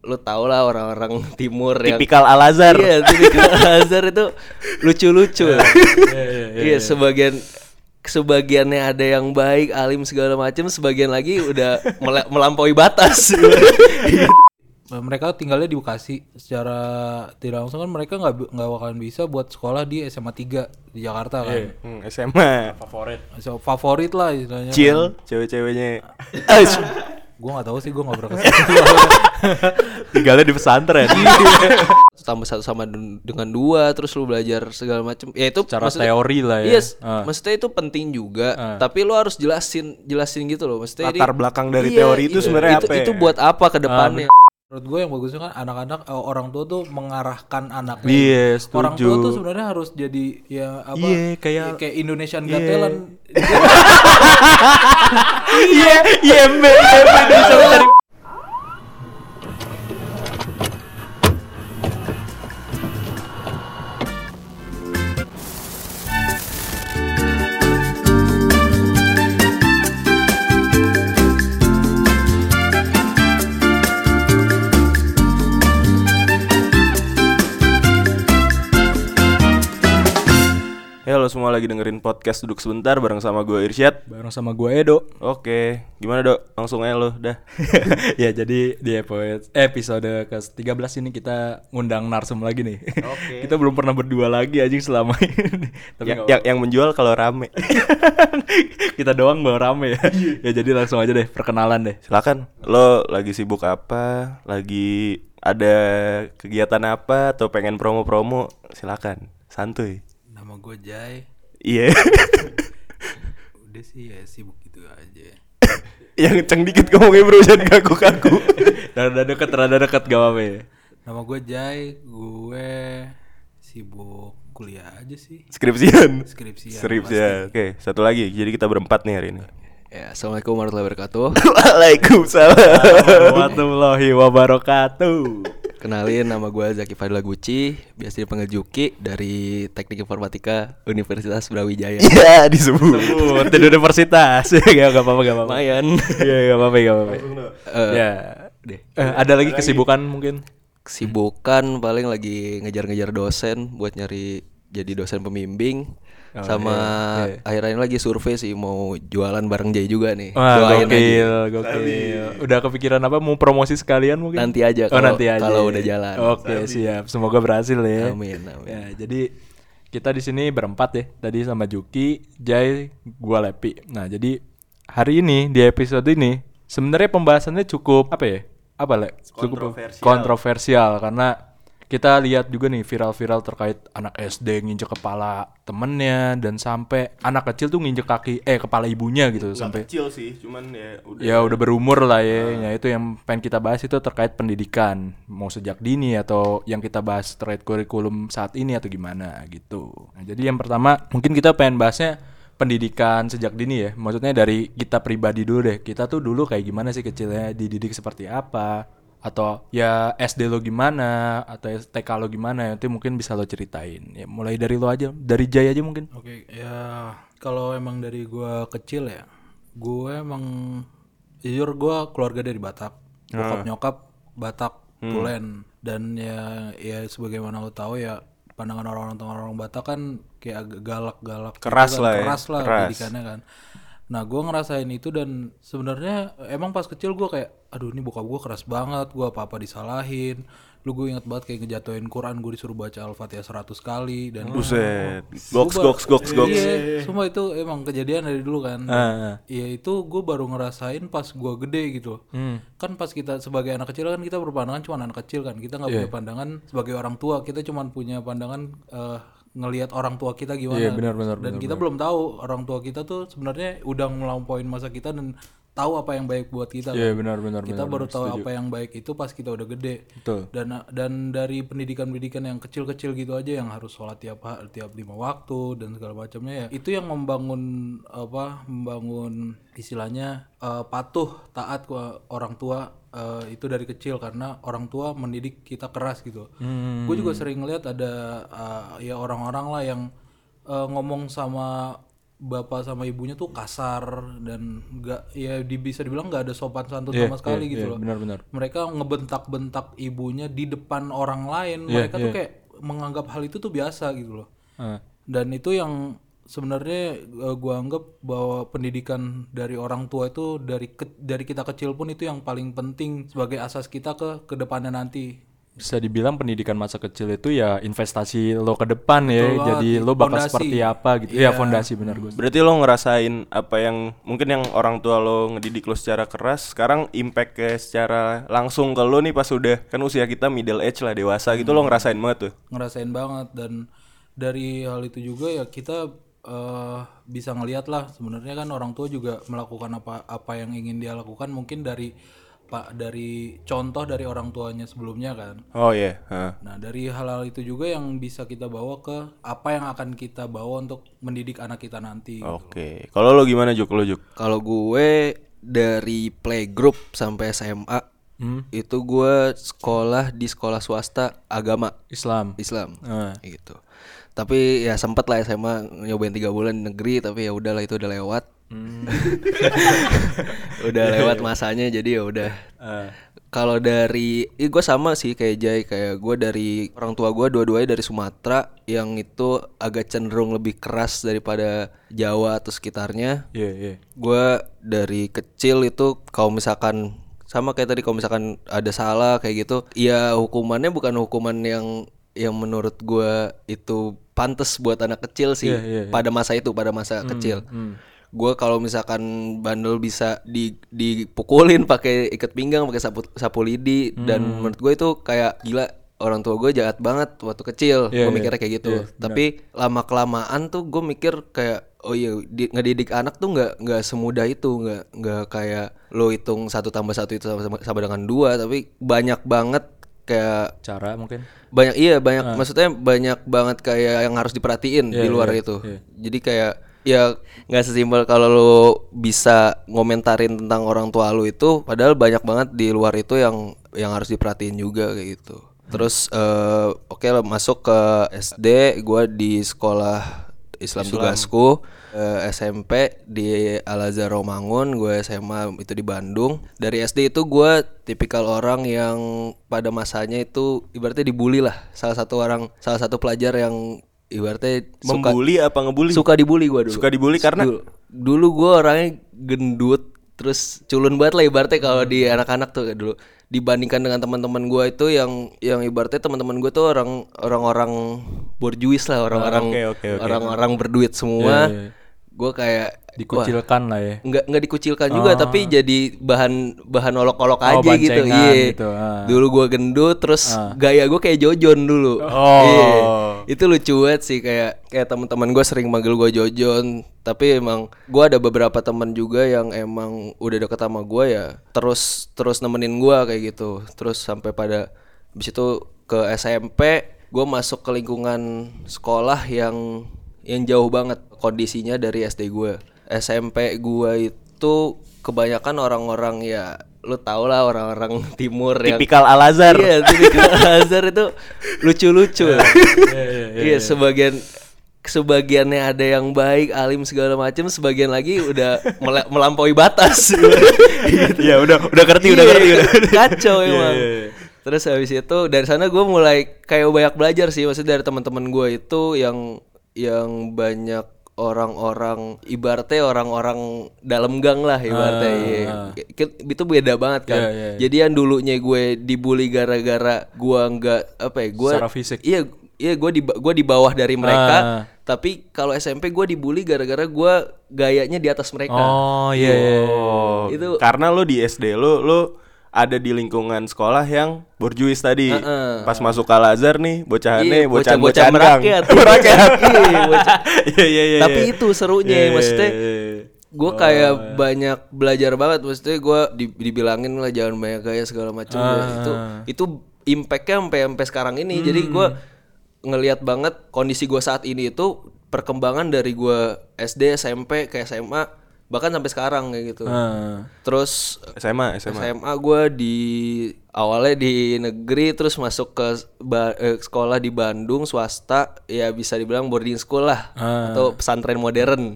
lu tau lah orang-orang timur tipikal Al-Azhar. Iya, tipikal Al-Azhar itu lucu-lucu. Iya, sebagiannya ada yang baik, alim segala macam, sebagian lagi udah melampaui batas. Mereka tinggalnya di Bekasi, secara tidak langsung kan mereka nggak bakalan bisa buat sekolah di SMA 3 di Jakarta kan. SMA Favorit lah istilahnya. chill kan. cewek-ceweknya. Gue nggak tahu sih, gue nggak pernah kesana. Tinggalnya di pesantren. Tambah satu sama dengan dua, terus lu belajar segala macam. Ya itu secara teori lah ya. Yes, maksudnya itu penting juga. Tapi lu harus jelasin gitu loh. Maksudnya Latar belakang dari teori itu sebenarnya apa? Itu buat apa ke depannya? Menurut gue yang bagusnya kan anak-anak orang tua tuh mengarahkan anaknya. Iya, setuju. Orang tua tuh sebenarnya harus jadi ya apa? Iya, kayak Indonesian Got Talent. Iya, bisa cari. Halo semua, lagi dengerin podcast Duduk Sebentar bareng sama gue Irsyad. Bareng sama gue Edo. Oke, gimana Dok? Langsung aja lo, dah. Ya jadi di episode ke-13 ini kita ngundang narsum lagi nih. Oke. Kita belum pernah berdua lagi anjing selama ini. Tapi yang menjual kalau rame. kita doang baru rame ya. Ya jadi langsung aja deh perkenalan deh. Silakan. Lo lagi sibuk apa? Lagi ada kegiatan apa atau pengen promo-promo? Silakan. Santuy. Nama gue Jai. Iya. Udah sih ya sibuk gitu aja. Yang kenceng dikit ngomongnya bro, jangan kaku-kaku. Rada dekat gak apa-apa ya. Nama gue Jai, gue sibuk kuliah aja sih. Skripsian. Pasti. Oke, satu lagi. Jadi kita berempat nih hari ini. Ya, assalamualaikum warahmatullahi wabarakatuh. Waalaikumsalam warahmatullahi wabarakatuh. Kenalin, nama gue Zaki Fadila Guci, biasa dipanggil Juki, dari Teknik Informatika Universitas Brawijaya. Iya, disebut. Di universitas. Gak apa-apa. Lumayan. Iya, gak apa-apa. Ya, deh. Ada lagi kesibukan mungkin? Kesibukan paling lagi ngejar-ngejar dosen buat nyari jadi dosen pembimbing. Sama akhirnya ini lagi survei sih, mau jualan bareng Jay juga nih. Wah, gokil. Udah kepikiran apa, mau promosi sekalian mungkin? Nanti aja kalau udah jalan. Oke, siap. Semoga berhasil ya. Amin. Ya, jadi kita di sini berempat ya. Tadi sama Juki, Jay, gua Lepi. Nah, jadi hari ini di episode ini sebenarnya pembahasannya cukup apa ya? Cukup kontroversial karena kita lihat juga nih viral-viral terkait anak SD nginjek kepala temennya, dan sampai anak kecil tuh nginjek kepala ibunya gitu. Nggak sampai kecil sih, cuman ya udah berumur lah ya. Nah, itu yang pengen kita bahas itu terkait pendidikan, mau sejak dini atau yang kita bahas terkait kurikulum saat ini atau gimana gitu. Nah, jadi yang pertama mungkin kita pengen bahasnya pendidikan sejak dini ya. Maksudnya dari kita pribadi dulu deh. Kita tuh dulu kayak gimana sih kecilnya, dididik seperti apa? Atau ya SD lo gimana, atau TK lo gimana, itu mungkin bisa lo ceritain. Ya mulai dari lo aja, dari Jay aja mungkin. Oke, ya kalau emang dari gue kecil ya, gue emang jujur gue keluarga dari Batak, bokap nyokap Batak, Tulen, dan ya sebagaimana lo tahu ya, pandangan orang Batak kan kayak agak galak-galak, keras gitu lah kan, ya, keras lah pendidikannya kan. Nah gue ngerasain itu, dan sebenarnya emang pas kecil gue kayak aduh ini bokap gue keras banget, gue apa-apa disalahin. Lu gue inget banget kayak ngejatuhin Quran, gue disuruh baca Al-Fatihah 100 kali. Dan buset, goks. Iya, semua itu emang kejadian dari dulu kan. Iya, itu gue baru ngerasain pas gue gede gitu. Kan pas kita sebagai anak kecil kan kita berpandangan cuma anak kecil kan, kita gak punya pandangan sebagai orang tua, kita cuma punya pandangan ngelihat orang tua kita gimana. Iya, benar. Kita belum tahu orang tua kita tuh sebenarnya udah melampauin masa kita dan tahu apa yang baik buat kita. Iya, kan? benar. Kita baru tahu apa yang baik itu pas kita udah gede. Betul. Dan dari pendidikan yang kecil-kecil gitu aja, yang harus sholat tiap 5 waktu dan segala macamnya ya. Itu yang membangun istilahnya patuh taat ke orang tua. Itu dari kecil karena orang tua mendidik kita keras gitu. Gue juga sering ngeliat ada ya orang-orang lah yang ngomong sama bapak sama ibunya tuh kasar dan nggak ya bisa dibilang nggak ada sopan santun sama sekali gitu loh. Benar-benar. Mereka ngebentak-bentak ibunya di depan orang lain. Mereka tuh kayak menganggap hal itu tuh biasa gitu loh. Dan itu yang sebenarnya gua anggap bahwa pendidikan dari orang tua itu dari kita kecil pun itu yang paling penting sebagai asas kita ke depannya nanti. Bisa dibilang pendidikan masa kecil itu ya investasi lo ke depan ya. Betul Jadi banget, lo bakal fondasi. seperti apa gitu. Ya fondasi benar Gus. Berarti lo ngerasain apa yang mungkin yang orang tua lo ngedidik lo secara keras, sekarang impact ke secara langsung ke lo nih pas udah kan usia kita middle age lah, dewasa gitu, lo ngerasain banget tuh. Ngerasain banget. Dan dari hal itu juga ya kita bisa ngelihat lah sebenarnya kan orang tua juga melakukan apa yang ingin dia lakukan mungkin dari contoh dari orang tuanya sebelumnya kan. Oh iya. Nah dari hal-hal itu juga yang bisa kita bawa ke apa yang akan kita bawa untuk mendidik anak kita nanti. Oke. Kalau lo gimana Juk? Kalau gue dari playgroup sampai SMA itu gue sekolah di sekolah swasta agama Islam. gitu. Tapi ya sempet lah SMA nyobain 3 bulan di negeri, tapi ya udahlah itu udah lewat. Udah lewat masanya, jadi ya udah. Kalau dari gue sama sih kayak Jay, kayak gue dari orang tua gue dua-duanya dari Sumatera yang itu agak cenderung lebih keras daripada Jawa atau sekitarnya. Gue dari kecil itu kalau misalkan sama kayak tadi, kalau misalkan ada salah kayak gitu, ya hukumannya bukan hukuman yang menurut gue itu pantas buat anak kecil sih. Pada masa itu, pada masa kecil. Gue kalau misalkan bandel bisa dipukulin pakai ikat pinggang, pakai sapu lidi, dan menurut gue itu kayak gila, orang tua gue jahat banget waktu kecil. Gue mikirnya kayak gitu. Tapi lama kelamaan tuh gue mikir kayak oh iya, ngedidik anak tuh nggak semudah itu, nggak kayak lo hitung 1 + 1 itu sama dengan 2, tapi banyak banget kayak Cara mungkin. banyak maksudnya banyak banget kayak yang harus diperhatiin di luar itu. Jadi kayak ya nggak sesimpel kalau lo bisa ngomentarin tentang orang tua lo itu, padahal banyak banget di luar itu yang harus diperhatiin juga kayak gitu. Terus oke lah, masuk ke SD gue di sekolah Islam. Tugasku. SMP di Al Azhar Romangun, gue SMA itu di Bandung. Dari SD itu gue tipikal orang yang pada masanya itu ibaratnya dibully lah. Salah satu pelajar yang ibaratnya membuli apa ngebully? Suka dibully gue dulu. Suka dibully karena dulu gue orangnya gendut, terus culun banget lah ibaratnya kalau di anak-anak tuh dulu. Dibandingkan dengan teman-teman gue itu yang ibaratnya teman-teman gue tuh orang-orang borjuis lah, orang-orang berduit semua. Gue kayak dikucilkan lah ya. Nggak dikucilkan juga, tapi jadi bahan olok-olok aja gitu. Iya. Gitu. Dulu gue gendut, terus gaya gue kayak Jojon dulu. Itu lucu banget sih, kayak teman-teman gue sering manggil gue Jojon. Tapi emang gue ada beberapa teman juga yang emang udah deket sama gue ya terus nemenin gue kayak gitu. Terus sampai pada habis itu ke SMP, gue masuk ke lingkungan sekolah yang jauh banget kondisinya dari SD gue. SMP gue itu kebanyakan orang-orang ya lu tau lah, orang-orang timur tipikal Al Azhar. Iya, tipikal Al Azhar itu lucu-lucu. Iya, sebagiannya ada yang baik, alim segala macam, sebagian lagi udah melampaui batas. Iya, udah ngerti. Kacau emang. Terus habis itu dari sana gue mulai kayak banyak belajar sih, maksudnya dari teman-teman gue itu yang banyak orang-orang ibaratnya orang-orang dalam gang lah ibaratnya. Itu beda banget kan. Jadi yang dulunya gue dibully gara-gara gue nggak gue secara fisik. Iya gue di bawah dari mereka. Tapi kalau SMP gue dibully gara-gara gue gayanya di atas mereka. Itu karena lo di SD lo ada di lingkungan sekolah yang borjuis tadi. Pas masuk Al Azhar nih, bocahannya bocah-bocah merakyat. Iya. Tapi itu serunya, maksudnya gue kayak banyak belajar banget. Maksudnya gue dibilangin lah jangan banyak gaya segala macam. Itu impactnya sampai sekarang ini. Jadi gue ngelihat banget kondisi gue saat ini itu perkembangan dari gue SD, SMP ke SMA bahkan sampai sekarang kayak gitu. Terus SMA. SMA gue awalnya di negeri, terus masuk ke sekolah di Bandung swasta, ya bisa dibilang boarding school lah, atau pesantren modern.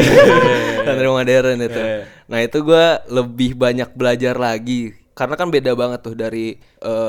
Pesantren modern itu. Nah itu gue lebih banyak belajar lagi, karena kan beda banget tuh dari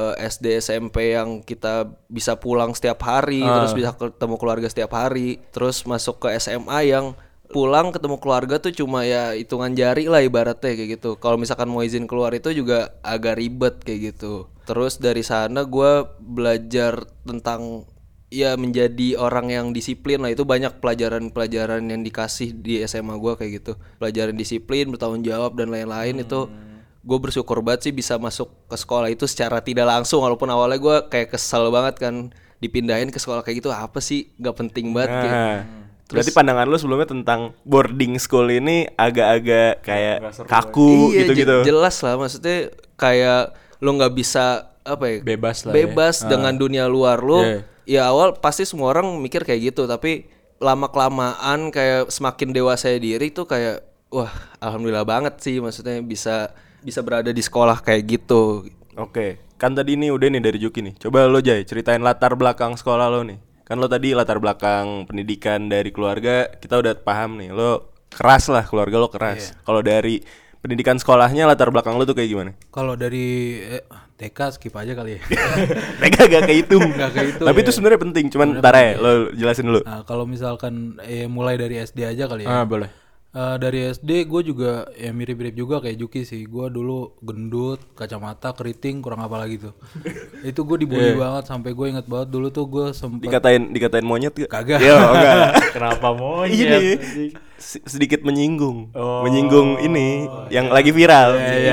SD SMP yang kita bisa pulang setiap hari, terus bisa ketemu keluarga setiap hari, terus masuk ke SMA yang pulang ketemu keluarga tuh cuma ya hitungan jari lah ibaratnya kayak gitu. Kalau misalkan mau izin keluar itu juga agak ribet kayak gitu. Terus dari sana gue belajar tentang ya menjadi orang yang disiplin lah. Itu banyak pelajaran-pelajaran yang dikasih di SMA gue kayak gitu. Pelajaran disiplin, bertanggung jawab dan lain-lain. Itu gue bersyukur banget sih bisa masuk ke sekolah itu secara tidak langsung, walaupun awalnya gue kayak kesel banget kan dipindahin ke sekolah kayak gitu, apa sih, gak penting banget kayak. Berarti pandangan lu sebelumnya tentang boarding school ini agak-agak kayak kaku Iya, gitu-gitu. jelas lah, maksudnya kayak lu nggak bisa apa ya, Bebas lah bebas ya. dengan dunia luar lu. Iya. Ya awal pasti semua orang mikir kayak gitu, tapi lama kelamaan kayak semakin dewasa diri tuh kayak wah alhamdulillah banget sih, maksudnya bisa berada di sekolah kayak gitu. Oke, kan tadi ini udah nih dari Juki nih. Coba lo Jay, ceritain latar belakang sekolah lo nih. Kan lo tadi latar belakang pendidikan dari keluarga kita udah paham nih. Lo keras lah, keluarga lo keras. Kalau dari pendidikan sekolahnya latar belakang lo tuh kayak gimana? Kalau dari TK skip aja kali ya. Mereka gak kehitung. Nggak kehitung, Tapi itu sebenarnya penting. Cuman ntar ya, lo jelasin dulu. Nah, kalau misalkan mulai dari SD aja kali ya. Boleh. Dari SD gue juga ya mirip-mirip juga kayak Juki sih. Gue dulu gendut, kacamata, keriting, kurang apa lagi tuh. Itu gue dibully banget, sampai gue inget banget dulu tuh gue sempet Dikatain monyet gak? Kagak. Iya, enggak. Kenapa monyet? Ini sedikit menyinggung. Menyinggung ini yang lagi viral.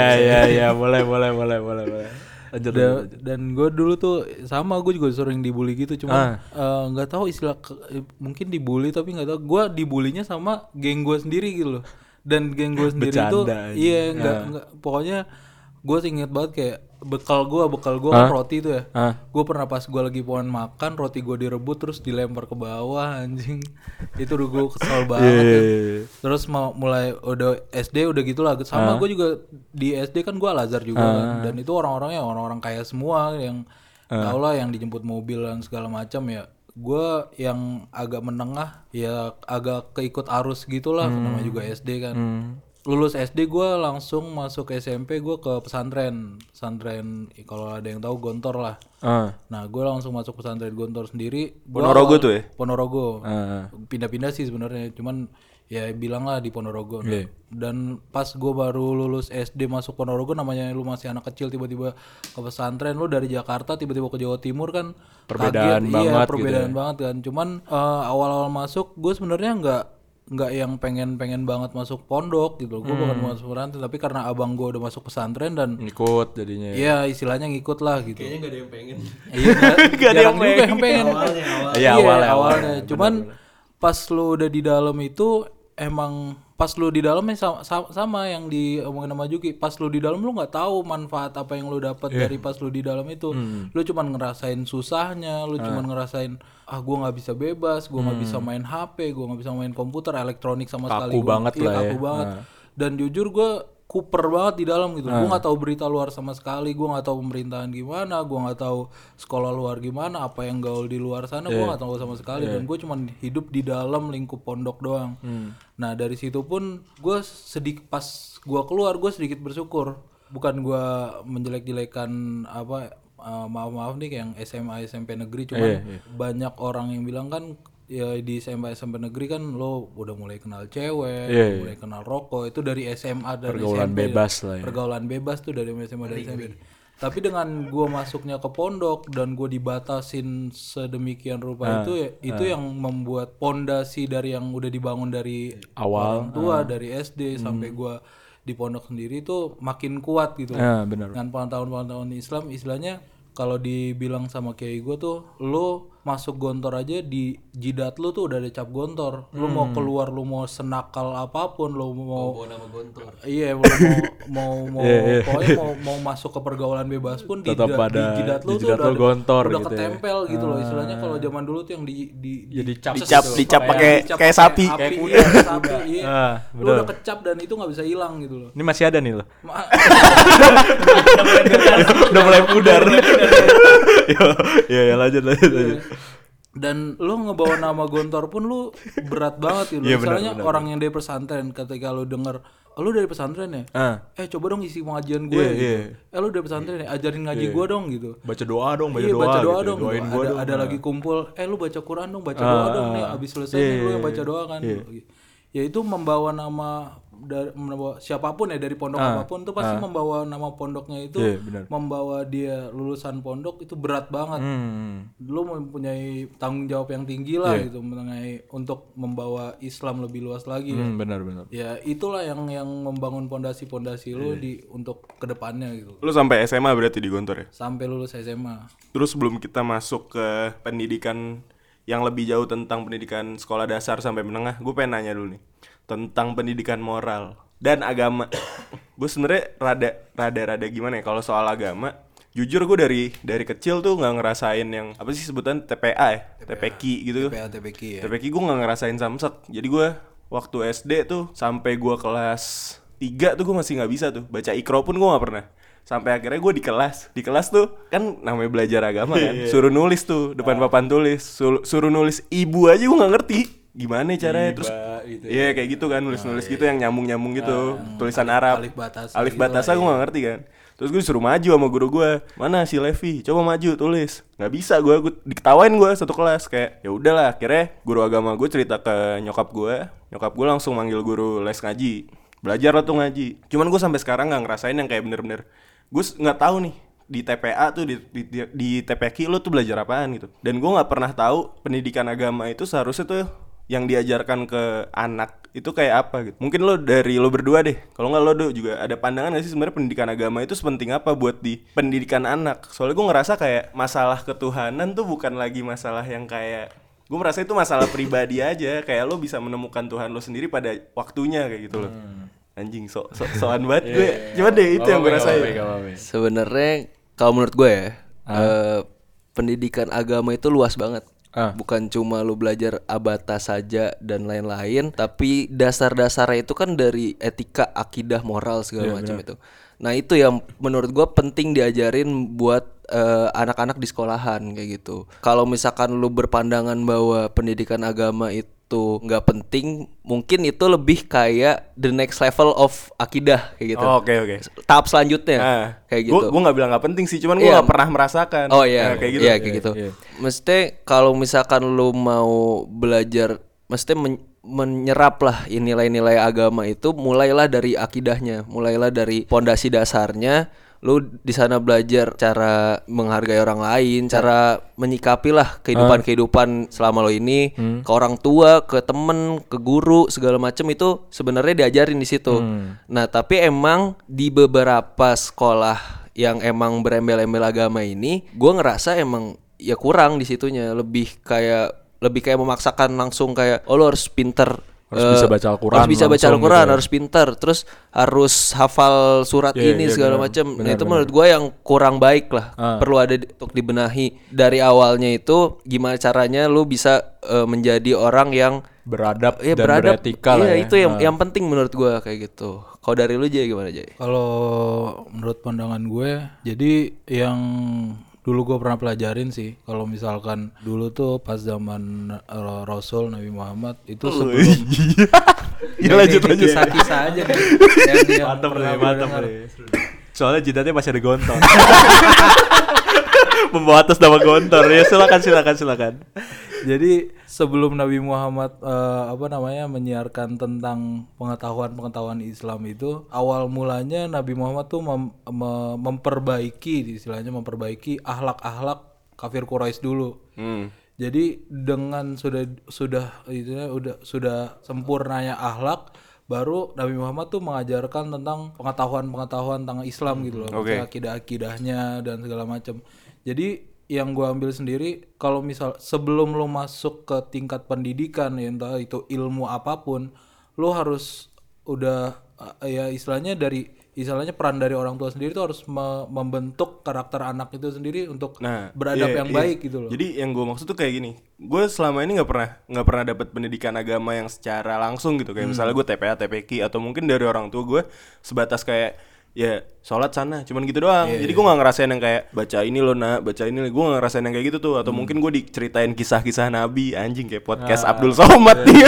Iya, boleh. Dan gue dulu tuh sama, gue juga sering dibully gitu, cuma nggak tahu istilah mungkin dibully, tapi nggak tahu gue dibulinya sama geng gue sendiri gitu loh. Dan geng gue sendiri tuh iya nggak pokoknya gue inget banget kayak bekal gue kan roti tuh ya. Gue pernah pas gue lagi pengen makan, roti gue direbut terus dilempar ke bawah, anjing. Itu udah gue kesel banget kan. Terus mulai udah SD udah gitulah sama. Gue juga di SD kan gue Al-Azhar juga kan, dan itu orang-orangnya orang-orang kaya semua yang tau lah, yang dijemput mobil dan segala macam ya. Gue yang agak menengah ya agak keikut arus gitulah, namanya juga SD kan. Lulus SD gue langsung masuk SMP, gue ke pesantren kalau ada yang tahu Gontor lah. Nah gue langsung masuk pesantren Gontor sendiri. Ponorogo tuh ya? Ponorogo. Pindah-pindah sih sebenarnya, cuman ya bilang lah di Ponorogo. Nah, dan pas gue baru lulus SD masuk Ponorogo, namanya lu masih anak kecil tiba-tiba ke pesantren, lu dari Jakarta tiba-tiba ke Jawa Timur kan Perbedaan kaget. banget Iya, gitu perbedaan banget kan. Cuman awal-awal masuk gue sebenarnya nggak yang pengen banget masuk pondok gitu. Gue bukan mau masuk pesantren, tapi karena abang gue udah masuk pesantren dan Ngikut jadinya. iya istilahnya ngikut lah gitu. Kayaknya gak ada yang pengen. Iya, jarang juga yang pengen. Iya, awalnya. Cuman pas lu udah di dalam itu emang pas lu di dalamnya sama yang diomongin sama Juki. Pas lu di dalam lu nggak tahu manfaat apa yang lu dapat dari pas lu di dalam itu. Lu cuman ngerasain susahnya, lu cuman ngerasain gue nggak bisa bebas, gue nggak bisa main HP, gue nggak bisa main komputer, elektronik sama sekali. Kaku banget lah ya. Kaku banget. Dan jujur gue kuper banget di dalam gitu. Gue nggak tahu berita luar sama sekali, gue nggak tahu pemerintahan gimana, gue nggak tahu sekolah luar gimana, apa yang gaul di luar sana, gue nggak tahu sama sekali. Dan gue cuman hidup di dalam lingkup pondok doang. Nah dari situ pun gue pas gue keluar gue sedikit bersyukur. Bukan gue menjelek-jelekan apa, maaf nih yang SMA SMP negeri, cuman banyak orang yang bilang kan ya di SMA SMP negeri kan lo udah mulai kenal cewek, mulai kenal rokok itu dari SMA, dari Pergaulan SMP, bebas lah ya. Pergaulan bebas tuh dari SMA dari SMP. Tapi dengan gue masuknya ke pondok dan gue dibatasin sedemikian rupa itu yang membuat pondasi dari yang udah dibangun dari Awal, orang tua dari SD sampai gue di pondok sendiri itu makin kuat gitu. Benar. Dengan pengetahuan Islam istilahnya kalau dibilang sama kiai gue tuh lo masuk gontor aja di jidat lu tuh udah ada cap gontor. Lu mau keluar, lu mau senakal apapun, lu mau bawa nama gontor. Iya, lu mau pokoknya mau masuk ke pergaulan bebas pun di Tetap jidat lu tuh di jidat lu gontor udah gitu ya. ketempel gitu loh. Istilahnya kalau zaman dulu tuh yang Dicap pakai kayak sapi. kayak kuda, sapi. Iya. Lu bener. udah kecap dan itu nggak bisa hilang gitu loh. Ini masih ada nih lo. Udah mulai pudar. Iya, lanjut. Dan lu ngebawa nama gontor pun lu berat banget gitu. Iya, Misalnya benar. orang yang dari pesantren ketika lu denger, lu dari pesantren ya? Coba dong isi pengajian gue gitu. Lu dari pesantren ya, ajarin ngaji gue dong gitu. Baca doa dong, Iya, baca doa gitu. dong. Doain Gitu. gua dong. Ada lagi kumpul, lu baca Quran dong, baca doa dong nih. Abis selesai nih lu yang baca doa kan. Ya itu membawa nama membawa siapapun ya dari pondok apapun tuh pasti membawa nama pondoknya itu, membawa dia lulusan pondok itu berat banget. Lu mempunyai tanggung jawab yang tinggi lah gitu mengenai untuk membawa Islam lebih luas lagi. Benar. Ya itulah yang membangun pondasi-pondasi lu untuk kedepannya gitu. Lu sampai SMA berarti di Gontor ya? Sampai lulus SMA. Terus sebelum kita masuk ke pendidikan yang lebih jauh tentang pendidikan sekolah dasar sampai menengah, gue pengen nanya dulu nih tentang pendidikan moral dan agama. Gue sebenarnya rada gimana ya kalau soal agama. Jujur gue dari kecil tuh nggak ngerasain yang apa sih sebutan TPA ya, TPQ gitu. TPQ ya. TPQ gue nggak ngerasain samsek. Jadi gue waktu SD tuh sampai gue kelas 3 tuh gue masih nggak bisa tuh baca Iqra pun gue nggak pernah. Sampai akhirnya gue di kelas tuh kan namanya belajar agama kan, suruh nulis tuh depan papan tulis, suruh nulis ibu aja gue nggak ngerti gimana caranya. Terus gitu iya kayak gitu kan, nulis gitu yang nyambung gitu, tulisan Arab, alif batasa gue nggak ngerti kan. Terus gue disuruh maju sama guru gue, mana si Levi, coba maju tulis, nggak bisa gue diketawain gue satu kelas. Kayak ya udahlah, akhirnya guru agama gue cerita ke nyokap gue langsung manggil guru les ngaji, belajar lah tuh ngaji. Cuman gue sampai sekarang nggak ngerasain yang kayak bener-bener, gue nggak tahu nih di TPA tuh di TPQ lo tuh belajar apaan gitu. Dan gue nggak pernah tahu pendidikan agama itu seharusnya tuh yang diajarkan ke anak itu kayak apa gitu. Mungkin lo berdua deh, kalau nggak lo juga ada pandangan nggak sih sebenarnya pendidikan agama itu sepenting apa buat di pendidikan anak? Soalnya gue ngerasa kayak masalah ketuhanan tuh bukan lagi masalah yang kayak, gue merasa itu masalah pribadi aja. Kayak lo bisa menemukan Tuhan lo sendiri pada waktunya kayak gitu loh. Anjing soan banget gue. Cuman deh itu yang gue rasain. Sebenarnya kalau menurut gue ya, pendidikan agama itu luas banget. Bukan cuma lu belajar abata saja dan lain-lain, tapi dasar-dasarnya itu kan dari etika, akidah, moral segala macam itu. Nah itu yang menurut gue penting diajarin buat anak-anak di sekolahan kayak gitu. Kalau misalkan lu berpandangan bahwa pendidikan agama itu nggak penting, mungkin itu lebih kayak the next level of akidah kayak gitu. Oke. Tahap selanjutnya kayak gitu. Gue nggak bilang nggak penting sih, cuman gue nggak pernah merasakan. Oh iya, kayak gitu. Iya kayak gitu. Mesti kalau misalkan lu mau belajar, mesti menyerap lah nilai-nilai agama itu, mulailah dari akidahnya, mulailah dari pondasi dasarnya. Lu di sana belajar cara menghargai orang lain, cara menyikapi lah kehidupan selama lo ini, ke orang tua, ke temen, ke guru, segala macam itu sebenarnya diajarin di situ. Nah, tapi emang di beberapa sekolah yang emang berembel-embel agama ini, gue ngerasa emang ya kurang di situnya, lebih kayak memaksakan langsung kayak lo harus pinter, harus bisa baca Al-Quran, harus bisa baca Al-Quran, gitu ya. harus pinter, terus harus hafal surat ini segala macam. Nah itu menurut gue yang kurang baik lah, perlu ada untuk dibenahi dari awalnya. Itu gimana caranya lu bisa menjadi orang yang beradab dan beretika lah ya. Itu yang penting menurut gue kayak gitu. Kalau dari lu Jay gimana Jay? Kalau menurut pandangan gue, jadi yang dulu gue pernah pelajarin sih, kalau misalkan dulu tuh pas zaman Rasul Nabi Muhammad itu sebelum lanjut kisah-kisah aja nih. Mantap. Soalnya jidatnya masih ada gontor. Membawa atas nama gontor. Ya silakan. Jadi sebelum Nabi Muhammad menyiarkan tentang pengetahuan Islam itu, awal mulanya Nabi Muhammad tuh memperbaiki akhlak kafir Quraisy dulu. Jadi dengan sudah sempurnanya akhlak, baru Nabi Muhammad tuh mengajarkan tentang pengetahuan tentang Islam gitu loh, akidah-akidahnya dan segala macam. Jadi yang gue ambil sendiri, kalau misal sebelum lo masuk ke tingkat pendidikan ya entah itu ilmu apapun, lo harus udah ya istilahnya peran dari orang tua sendiri tuh harus membentuk karakter anak itu sendiri untuk beradab yang baik gitu loh. Jadi yang gue maksud tuh kayak gini, gue selama ini nggak pernah dapat pendidikan agama yang secara langsung gitu, kayak misalnya gue TPA, TPQ atau mungkin dari orang tua gue sebatas kayak ya sholat sana, cuman gitu doang. Jadi gue nggak ngerasain yang kayak baca ini loh nak, baca ini, gue nggak ngerasain yang kayak gitu tuh. Atau mungkin gue diceritain kisah-kisah Nabi, anjing kayak podcast Abdul Somad nih.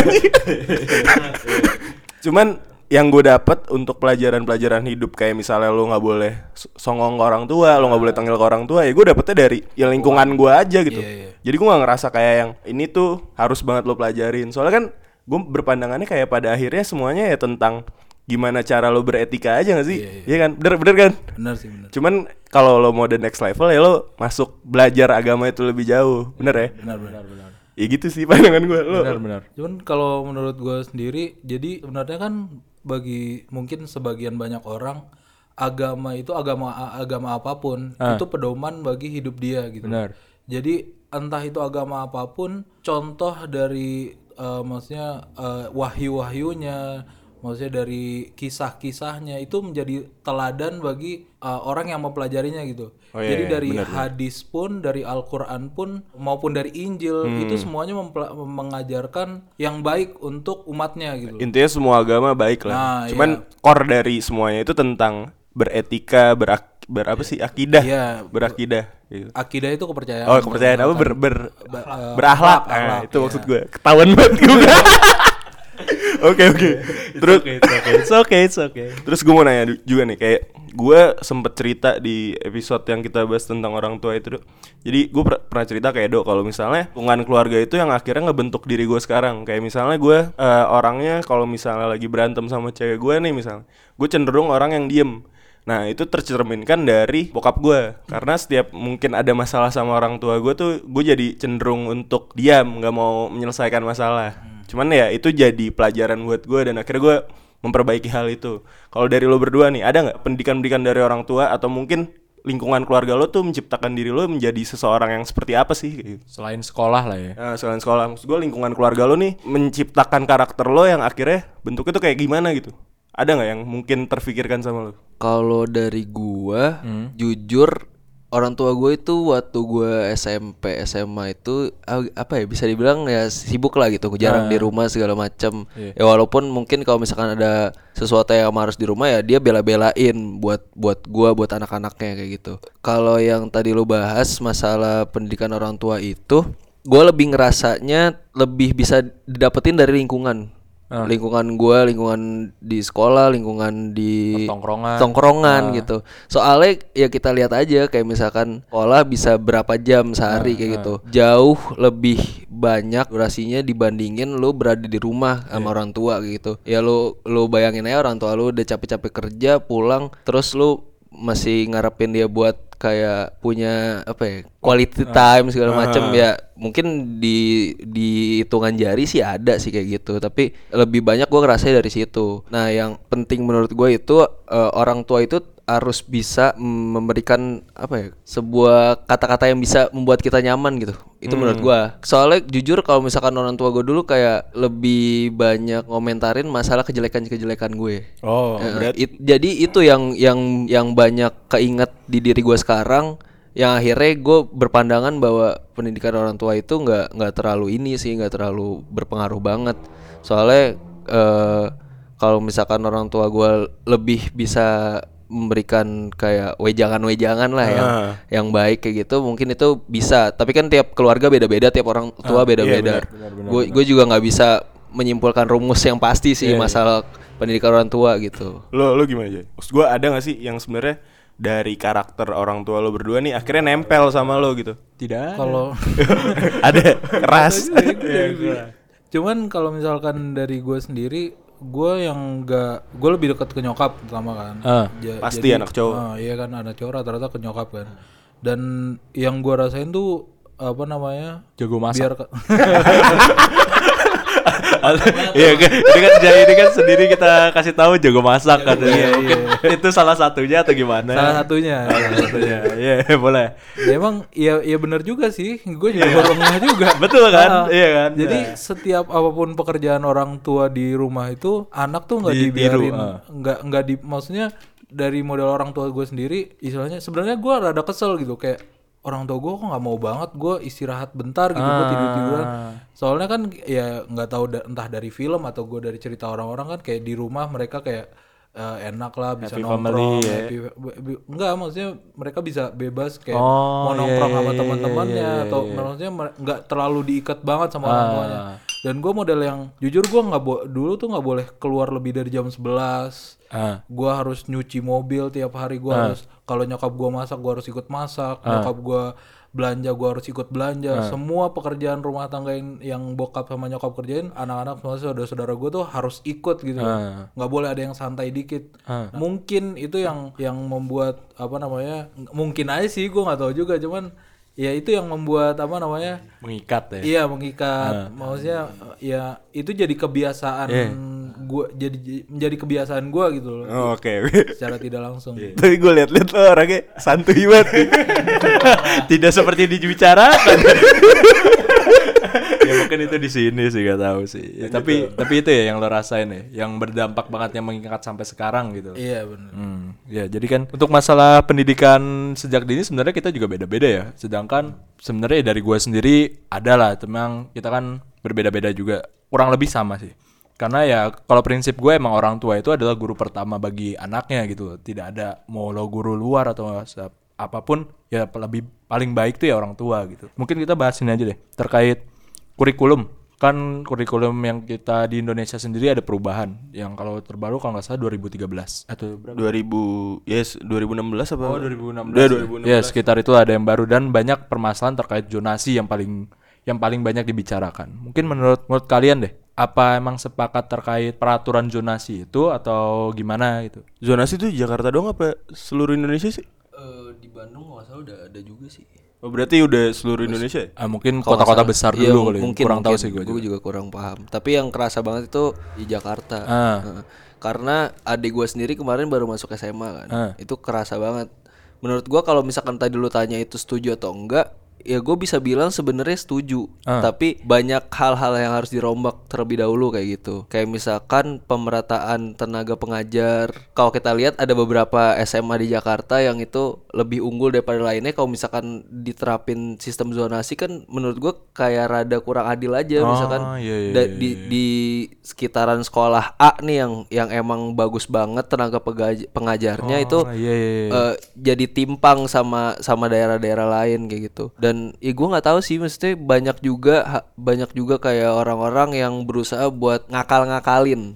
Cuman yang gue dapat untuk pelajaran-pelajaran hidup kayak misalnya lo nggak boleh songong ke orang tua, lo nggak boleh tanggil ke orang tua, ya gue dapetnya dari ya lingkungan gue aja gitu. Jadi gue nggak ngerasa kayak yang ini tuh harus banget lo pelajarin. Soalnya kan gue berpandangannya kayak pada akhirnya semuanya ya tentang gimana cara lo beretika aja gak sih? Iya kan? Bener kan? Benar sih, benar. Cuman kalau lo mau the next level ya lo masuk belajar agama itu lebih jauh. Bener ya? Benar. Ya gitu sih pandangan gue. Benar. Cuman kalau menurut gue sendiri, jadi sebenarnya kan bagi mungkin sebagian banyak orang agama itu agama apapun itu pedoman bagi hidup dia gitu. Benar. Jadi entah itu agama apapun, contoh dari maksudnya wahyu-wahyunya, maksudnya dari kisah-kisahnya itu menjadi teladan bagi orang yang mempelajarinya gitu. Jadi dari hadis pun, dari Al-Quran pun, maupun dari Injil itu semuanya mengajarkan yang baik untuk umatnya gitu. Intinya semua agama baik lah. Cuman core dari semuanya itu tentang beretika, akidah. Iya, berakidah gitu. Akidah itu kepercayaan. Oh, kepercayaan apa berakhlak. Nah, itu maksud gue. Ketahuan banget gue. Oke. Terus It's okay. Terus gue mau nanya juga nih, kayak gue sempet cerita di episode yang kita bahas tentang orang tua itu, Dok. Jadi gue pernah cerita kayak Dok, kalau misalnya hubungan keluarga itu yang akhirnya ngebentuk diri gue sekarang. Kayak misalnya gue orangnya kalau misalnya lagi berantem sama cewek gue nih misalnya, gue cenderung orang yang diem. Nah itu tercerminkan dari bokap gue, karena setiap mungkin ada masalah sama orang tua gue tuh gue jadi cenderung untuk diam, gak mau menyelesaikan masalah. Cuman ya itu jadi pelajaran buat gue dan akhirnya gue memperbaiki hal itu. Kalau dari lo berdua nih, ada gak pendidikan-pendidikan dari orang tua atau mungkin lingkungan keluarga lo tuh menciptakan diri lo menjadi seseorang yang seperti apa sih? Selain sekolah lah ya. Nah, selain sekolah, maksud gue lingkungan keluarga lo nih menciptakan karakter lo yang akhirnya bentuknya tuh kayak gimana gitu? Ada nggak yang mungkin terfikirkan sama lo? Kalau dari gua, jujur orang tua gue itu waktu gue SMP SMA itu apa ya, bisa dibilang ya sibuk lah gitu, jarang di rumah segala macam. Ya walaupun mungkin kalau misalkan ada sesuatu yang harus di rumah ya dia bela-belain buat gua, buat anak-anaknya kayak gitu. Kalau yang tadi lo bahas masalah pendidikan orang tua itu, gue lebih ngerasanya lebih bisa didapetin dari lingkungan. Lingkungan gue, lingkungan di sekolah, lingkungan di tongkrongan gitu. Soalnya ya kita lihat aja kayak misalkan sekolah bisa berapa jam sehari kayak gitu. Jauh lebih banyak durasinya dibandingin lu berada di rumah sama orang tua kayak gitu. Ya lu bayangin aja orang tua lu udah capek-capek kerja, pulang terus lu masih ngarepin dia buat kayak punya apa ya, quality time segala macam. Ya mungkin di hitungan jari sih ada sih kayak gitu, tapi lebih banyak gue ngerasain dari situ. Nah yang penting menurut gue itu orang tua itu harus bisa memberikan apa ya, sebuah kata-kata yang bisa membuat kita nyaman gitu. Itu menurut gue. Soalnya jujur kalau misalkan orang tua gue dulu kayak lebih banyak ngomentarin masalah kejelekan gue. Jadi itu yang banyak keinget di diri gue sekarang, yang akhirnya gue berpandangan bahwa pendidikan orang tua itu nggak terlalu nggak terlalu berpengaruh banget. Soalnya kalau misalkan orang tua gue lebih bisa memberikan kayak wejangan lah yang baik kayak gitu, mungkin itu bisa. Tapi kan tiap keluarga beda-beda, tiap orang tua beda-beda. Gue juga nggak bisa menyimpulkan rumus yang pasti sih masalah pendidikan orang tua gitu. Lo gimana aja? Maksud gue ada nggak sih yang sebenarnya dari karakter orang tua lo berdua nih akhirnya nempel sama lo gitu? Tidak. Kalau ada keras. Cuman kalau misalkan dari gue sendiri, gue lebih dekat ke nyokap pertama kan. Pasti anak cowok. Iya kan, anak cowok rata-rata ke nyokap kan. Dan yang gue rasain tuh apa namanya, jago masak. biar Iya kan, ini kan sendiri kita kasih tahu jago masak kan. Mungkin itu salah satunya atau gimana? Salah satunya. Iya, boleh. Ya emang ya benar juga sih. Gue juga baru ngeh juga. Betul kan? Iya kan? Jadi setiap apapun pekerjaan orang tua di rumah itu anak tuh nggak dibiarin, nggak di, maksudnya dari model orang tua gue sendiri, istilahnya sebenarnya gue rada kesel gitu, kayak orang tua gue kok nggak mau banget gue istirahat bentar gitu, gue tiduran. Soalnya kan ya nggak tahu entah dari film atau gue dari cerita orang-orang kan kayak di rumah mereka kayak enak lah bisa happy nongkrong, family, enggak maksudnya mereka bisa bebas kayak mau nongkrong sama teman-temannya atau maksudnya nggak terlalu diikat banget sama orang tuanya. Dan gue model yang jujur gue dulu tuh nggak boleh keluar lebih dari jam 11. Gue harus nyuci mobil tiap hari, gue harus kalau nyokap gue masak gue harus ikut masak, nyokap gue belanja gue harus ikut belanja. Semua pekerjaan rumah tangga yang bokap sama nyokap kerjain, anak-anak semua saudara-saudara gue tuh harus ikut gitu. Nggak boleh ada yang santai dikit. Mungkin itu yang membuat apa namanya, mungkin aja sih gue nggak tahu juga, cuman ya itu yang membuat apa namanya, mengikat ya. Iya mengikat. Maksudnya ya itu jadi kebiasaan gue, menjadi kebiasaan gue gitu loh. Oke. Secara tidak langsung. Tapi gue liat-liat lo orangnya santuy banget. Tidak seperti dibicarakan. Ya mungkin itu di sini sih, gak tahu sih. Ya, tapi itu ya yang lo rasain ya, yang berdampak banget, yang mengikat sampai sekarang gitu. Iya benar. Ya jadi kan untuk masalah pendidikan sejak dini sebenarnya kita juga beda-beda ya. Sedangkan sebenarnya dari gue sendiri ada lah, memang kita kan berbeda-beda juga. Kurang lebih sama sih. Karena ya kalau prinsip gue emang orang tua itu adalah guru pertama bagi anaknya gitu. Tidak ada mau lo guru luar atau apapun, ya lebih paling baik tuh ya orang tua gitu. Mungkin kita bahas ini aja deh terkait kurikulum. Kan kurikulum yang kita di Indonesia sendiri ada perubahan. Yang kalau terbaru kalau nggak salah 2013 atau berapa? 2016 apa? Oh 2016. 2016. Ya sekitar itu ada yang baru, dan banyak permasalahan terkait zonasi yang paling banyak dibicarakan. Mungkin menurut kalian deh, apa emang sepakat terkait peraturan zonasi itu atau gimana gitu? Zonasi itu Jakarta doang apa seluruh Indonesia sih? Di Bandung nggak salah udah ada juga sih. Oh berarti udah seluruh Indonesia? Mungkin kota-kota besar iya, dulu kali. Mungkin, kurang tahu sih gue juga kurang paham. Tapi yang kerasa banget itu di Jakarta. Karena adik gue sendiri kemarin baru masuk SMA kan. Itu kerasa banget. Menurut gue kalau misalkan tadi lu tanya itu setuju atau enggak, ya gue bisa bilang sebenarnya setuju. Tapi banyak hal-hal yang harus dirombak terlebih dahulu kayak gitu. Kayak misalkan pemerataan tenaga pengajar. Kalau kita lihat ada beberapa SMA di Jakarta yang itu lebih unggul daripada lainnya. Kalau misalkan diterapin sistem zonasi kan menurut gue kayak rada kurang adil aja. Misalkan di sekitaran sekolah A nih yang emang bagus banget tenaga pengajarnya itu jadi timpang sama daerah-daerah lain kayak gitu. Dan ya gue nggak tahu sih, maksudnya banyak juga kayak orang-orang yang berusaha buat ngakal-ngakalin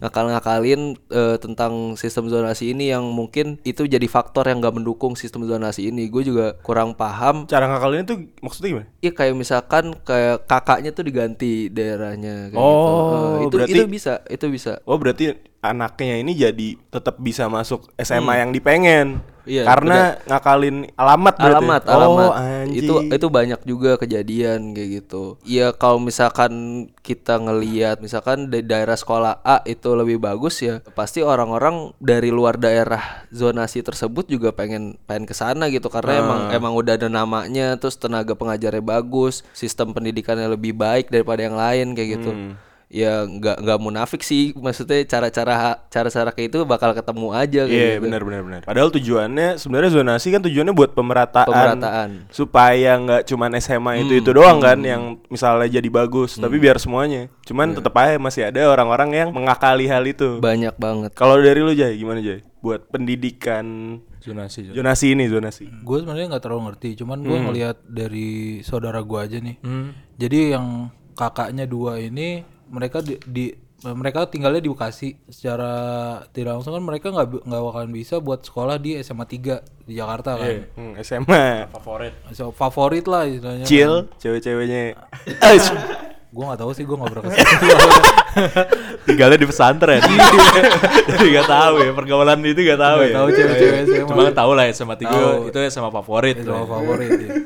tentang sistem zonasi ini, yang mungkin itu jadi faktor yang nggak mendukung sistem zonasi ini. Gue juga kurang paham cara ngakalinnya tuh maksudnya gimana? Iya kayak misalkan kayak kakaknya tuh diganti daerahnya kayak gitu. Itu bisa. Oh berarti anaknya ini jadi tetap bisa masuk SMA yang dipengen. Iya, karena ngakalin alamat berarti. Alamat. Anjing. Itu banyak juga kejadian kayak gitu. Iya kalau misalkan kita ngelihat misalkan di daerah sekolah A itu lebih bagus, ya pasti orang-orang dari luar daerah zonasi tersebut juga pengen ke sana gitu, karena emang udah ada namanya, terus tenaga pengajarnya bagus, sistem pendidikannya lebih baik daripada yang lain kayak gitu. Ya nggak munafik sih, maksudnya cara-cara kayak itu bakal ketemu aja gitu. Iya benar. Padahal tujuannya sebenarnya zonasi kan tujuannya buat pemerataan. Supaya nggak cuman SMA itu doang kan yang misalnya jadi bagus, tapi biar semuanya. Cuman tetap aja masih ada orang-orang yang mengakali hal itu. Banyak banget. Kalau dari lu Jay, gimana Jay? Buat pendidikan zonasi. Gue sebenarnya nggak terlalu ngerti, cuman gue ngelihat dari saudara gue aja nih. Jadi yang kakaknya dua ini mereka mereka tinggalnya di Bekasi. Secara tidak langsung kan mereka nggak bakalan bisa buat sekolah di SMA 3 di Jakarta kan. SMA favorit lah istilahnya. Chill kan. Cewek-ceweknya. Gue nggak tahu sih, gue nggak pernah kesana. Tinggalnya di pesantren. Jadi nggak tahu ya pergaulan itu nggak tahu ya. Tahu cewek-cewek SMA. Cuma tahu lah SMA 3 itu SMA favorit. SMA favorit ya.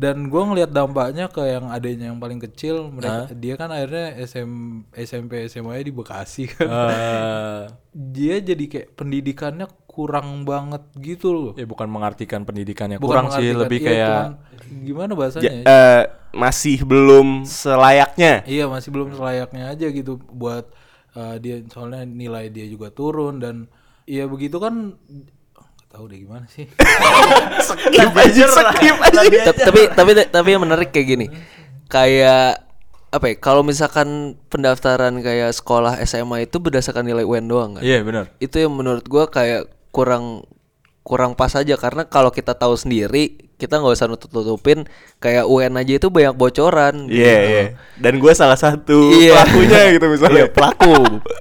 Dan gue ngelihat dampaknya ke yang adanya yang paling kecil, mereka dia kan akhirnya SMP SMA di Bekasi kan. Dia jadi kayak pendidikannya kurang banget gitu loh. Ya bukan mengartikan pendidikannya Bukan kurang sih, mengartikan, lebih iya, kayak cuman gimana bahasanya? Masih belum selayaknya. Iya, masih belum selayaknya aja gitu buat dia, soalnya nilai dia juga turun dan ya begitu kan, nggak tahu deh gimana sih. Skip aja. Tapi yang menarik kayak gini. Kayak apa ya? Kalau misalkan pendaftaran kayak sekolah SMA itu berdasarkan nilai UN doang kan? iya benar. Itu yang menurut gua kayak kurang pas aja, karena kalau kita tahu sendiri kita nggak usah nutupin kayak UN aja itu banyak bocoran. Iya, iya. Dan gue salah satu Iya. pelakunya gitu misalnya. Iya, pelaku.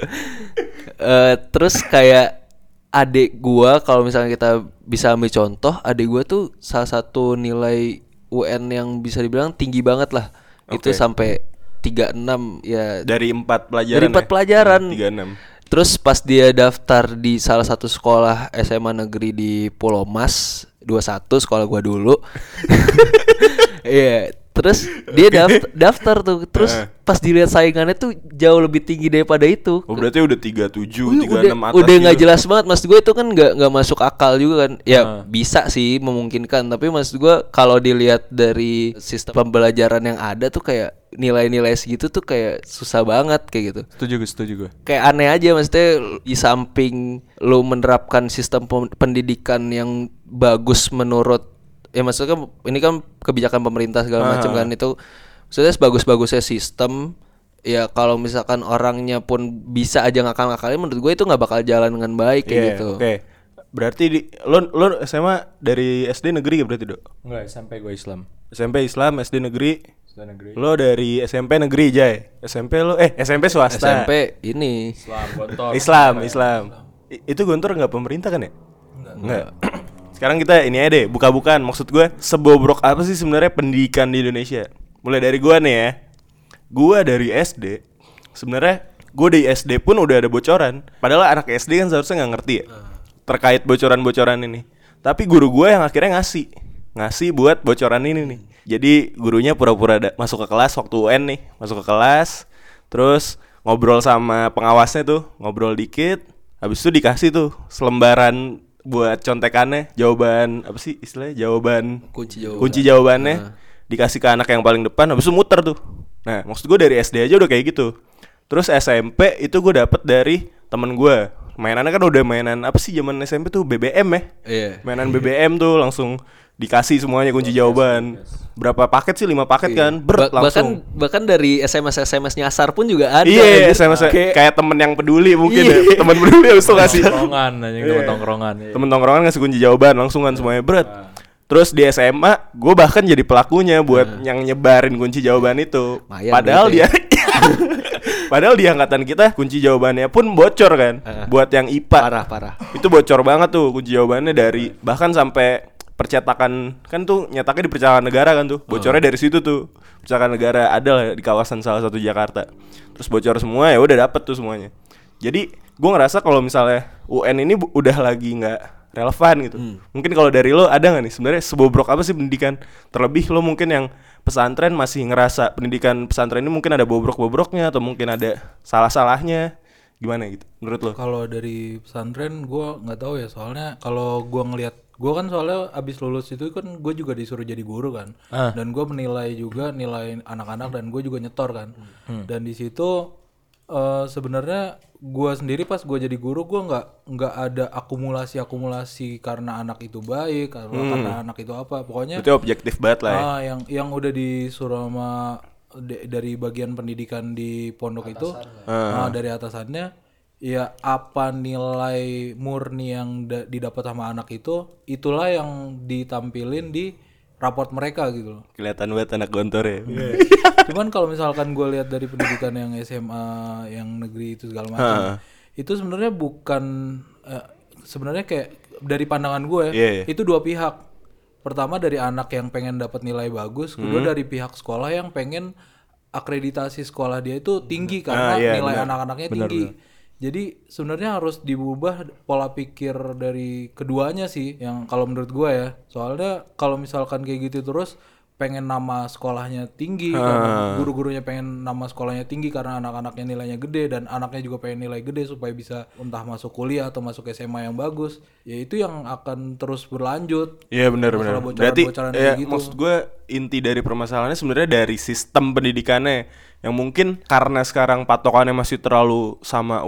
Terus kayak adik gua, kalau misalnya kita bisa ambil contoh, adik gua tuh salah satu nilai UN yang bisa dibilang tinggi banget lah. Itu Oke. sampai 36 ya. Dari 4 pelajaran. Dari 4 pelajaran. 36. Terus pas dia daftar di salah satu sekolah SMA negeri di Pulau Mas 21, sekolah gua dulu. Iya, terus dia daftar tuh. Terus pas dilihat saingannya tuh jauh lebih tinggi daripada itu. Oh berarti udah 37, Wih, 36 atas udah nggak gitu. jelas banget. Maksud gue itu kan nggak masuk akal juga kan. Ya bisa sih memungkinkan, tapi maksud gue kalau dilihat dari sistem pembelajaran yang ada tuh kayak nilai-nilai segitu tuh kayak susah banget kayak gitu. Setuju gue. Kayak aneh aja, maksudnya di samping lo menerapkan sistem pendidikan yang bagus menurut, ya maksudnya kan ini kan kebijakan pemerintah segala macam kan, itu maksudnya sebagus-bagusnya sistem, ya kalau misalkan orangnya pun bisa aja ngakal-ngakalin, menurut gue itu nggak bakal jalan dengan baik kayak Iya, gitu. Oke. Berarti lo SMA dari SD negeri ya berarti, Dok? Enggak, sampai gue Islam. SMP Islam, SD negeri. Sudah negeri. Lo dari SMP negeri, Jay. SMP lo SMP swasta. SMP ini Islam, Gontor. Islam. Itu Gontor nggak pemerintah kan ya? Enggak. Sekarang kita ini aja deh, buka-bukaan. Maksud gue, sebobrok apa sih sebenarnya pendidikan di Indonesia? Mulai dari gue nih ya. Gue dari SD, sebenarnya gue dari SD pun udah ada bocoran. Padahal anak SD kan seharusnya nggak ngerti ya terkait bocoran-bocoran ini. Tapi guru gue yang akhirnya ngasih buat bocoran ini nih. Jadi gurunya pura-pura masuk ke kelas waktu UN nih, masuk ke kelas, terus ngobrol sama pengawasnya tuh, ngobrol dikit, habis itu dikasih tuh selembaran buat contekannya, jawaban apa sih istilahnya, jawaban kunci jawabannya, dikasih ke anak yang paling depan, habis itu muter tuh. Nah maksud gue dari SD aja udah kayak gitu. Terus SMP itu gue dapet dari temen gue. Mainannya kan udah mainan apa sih zaman SMP tuh, BBM ya. Iya. Mainan BBM tuh langsung dikasih semuanya kunci jawaban. Berapa paket sih? 5 paket kan. Langsung. bahkan dari SMS nyasar pun juga ada. Iya, gitu. SMS kayak temen yang peduli mungkin ya. Temen peduli habis itu ngasih. Tongkrongan anjing, temen tongkrongan. Iya. Temen tongkrongan ngasih kunci jawaban langsung kan semuanya berat. Terus di SMA gue bahkan jadi pelakunya buat yang nyebarin kunci jawaban itu. Lumayan Padahal berarti dia padahal di angkatan kita kunci jawabannya pun bocor kan. Buat yang IPA. Parah. Itu bocor banget tuh kunci jawabannya, dari bahkan sampai percetakan kan tuh, nyetaknya di percetakan negara kan tuh. Bocornya dari situ tuh. Percetakan negara ada lah di kawasan salah satu Jakarta. Terus bocor semua, ya udah dapet tuh semuanya. Jadi gue ngerasa kalau misalnya UN ini udah lagi nggak relevan gitu. Mungkin kalau dari lo ada nggak nih sebenarnya sebobrok apa sih pendidikan? Terlebih lo mungkin yang pesantren masih ngerasa pendidikan pesantren ini mungkin ada bobrok-bobroknya atau mungkin ada salah-salahnya. Gimana gitu menurut lo? Kalau dari pesantren gue nggak tahu ya, soalnya kalau gue ngelihat, gue kan soalnya abis lulus itu kan gue juga disuruh jadi guru kan, dan gue menilai juga nilai anak-anak, dan gue juga nyetor kan, dan di situ sebenarnya gue sendiri pas gue jadi guru, gue nggak ada akumulasi karena anak itu baik atau karena anak itu apa, pokoknya Itu objektif banget lah ya. yang udah disuruh sama dari bagian pendidikan di pondok itu, dari atasannya, ya apa nilai murni yang didapat sama anak itu, itulah yang ditampilin di raport mereka gitu loh. Kelihatan banget anak gontor ya. Cuman kalau misalkan gue lihat dari pendidikan yang SMA yang negeri itu segala macam, itu sebenarnya bukan sebenarnya kayak dari pandangan gue itu dua pihak. Pertama dari anak yang pengen dapat nilai bagus, kedua dari pihak sekolah yang pengen akreditasi sekolah dia itu tinggi karena nilai anak-anaknya tinggi. Jadi sebenarnya harus diubah pola pikir dari keduanya sih, yang kalau menurut gue ya. Soalnya kalau misalkan kayak gitu terus, pengen nama sekolahnya tinggi, karena guru-gurunya pengen nama sekolahnya tinggi karena anak-anaknya nilainya gede dan anaknya juga pengen nilai gede supaya bisa entah masuk kuliah atau masuk SMA yang bagus. Ya itu yang akan terus berlanjut. Iya benar. Berarti Bocoran-bocoran kayak gitu. maksud gue inti dari permasalahannya sebenarnya dari sistem pendidikannya yang mungkin karena sekarang patokannya masih terlalu sama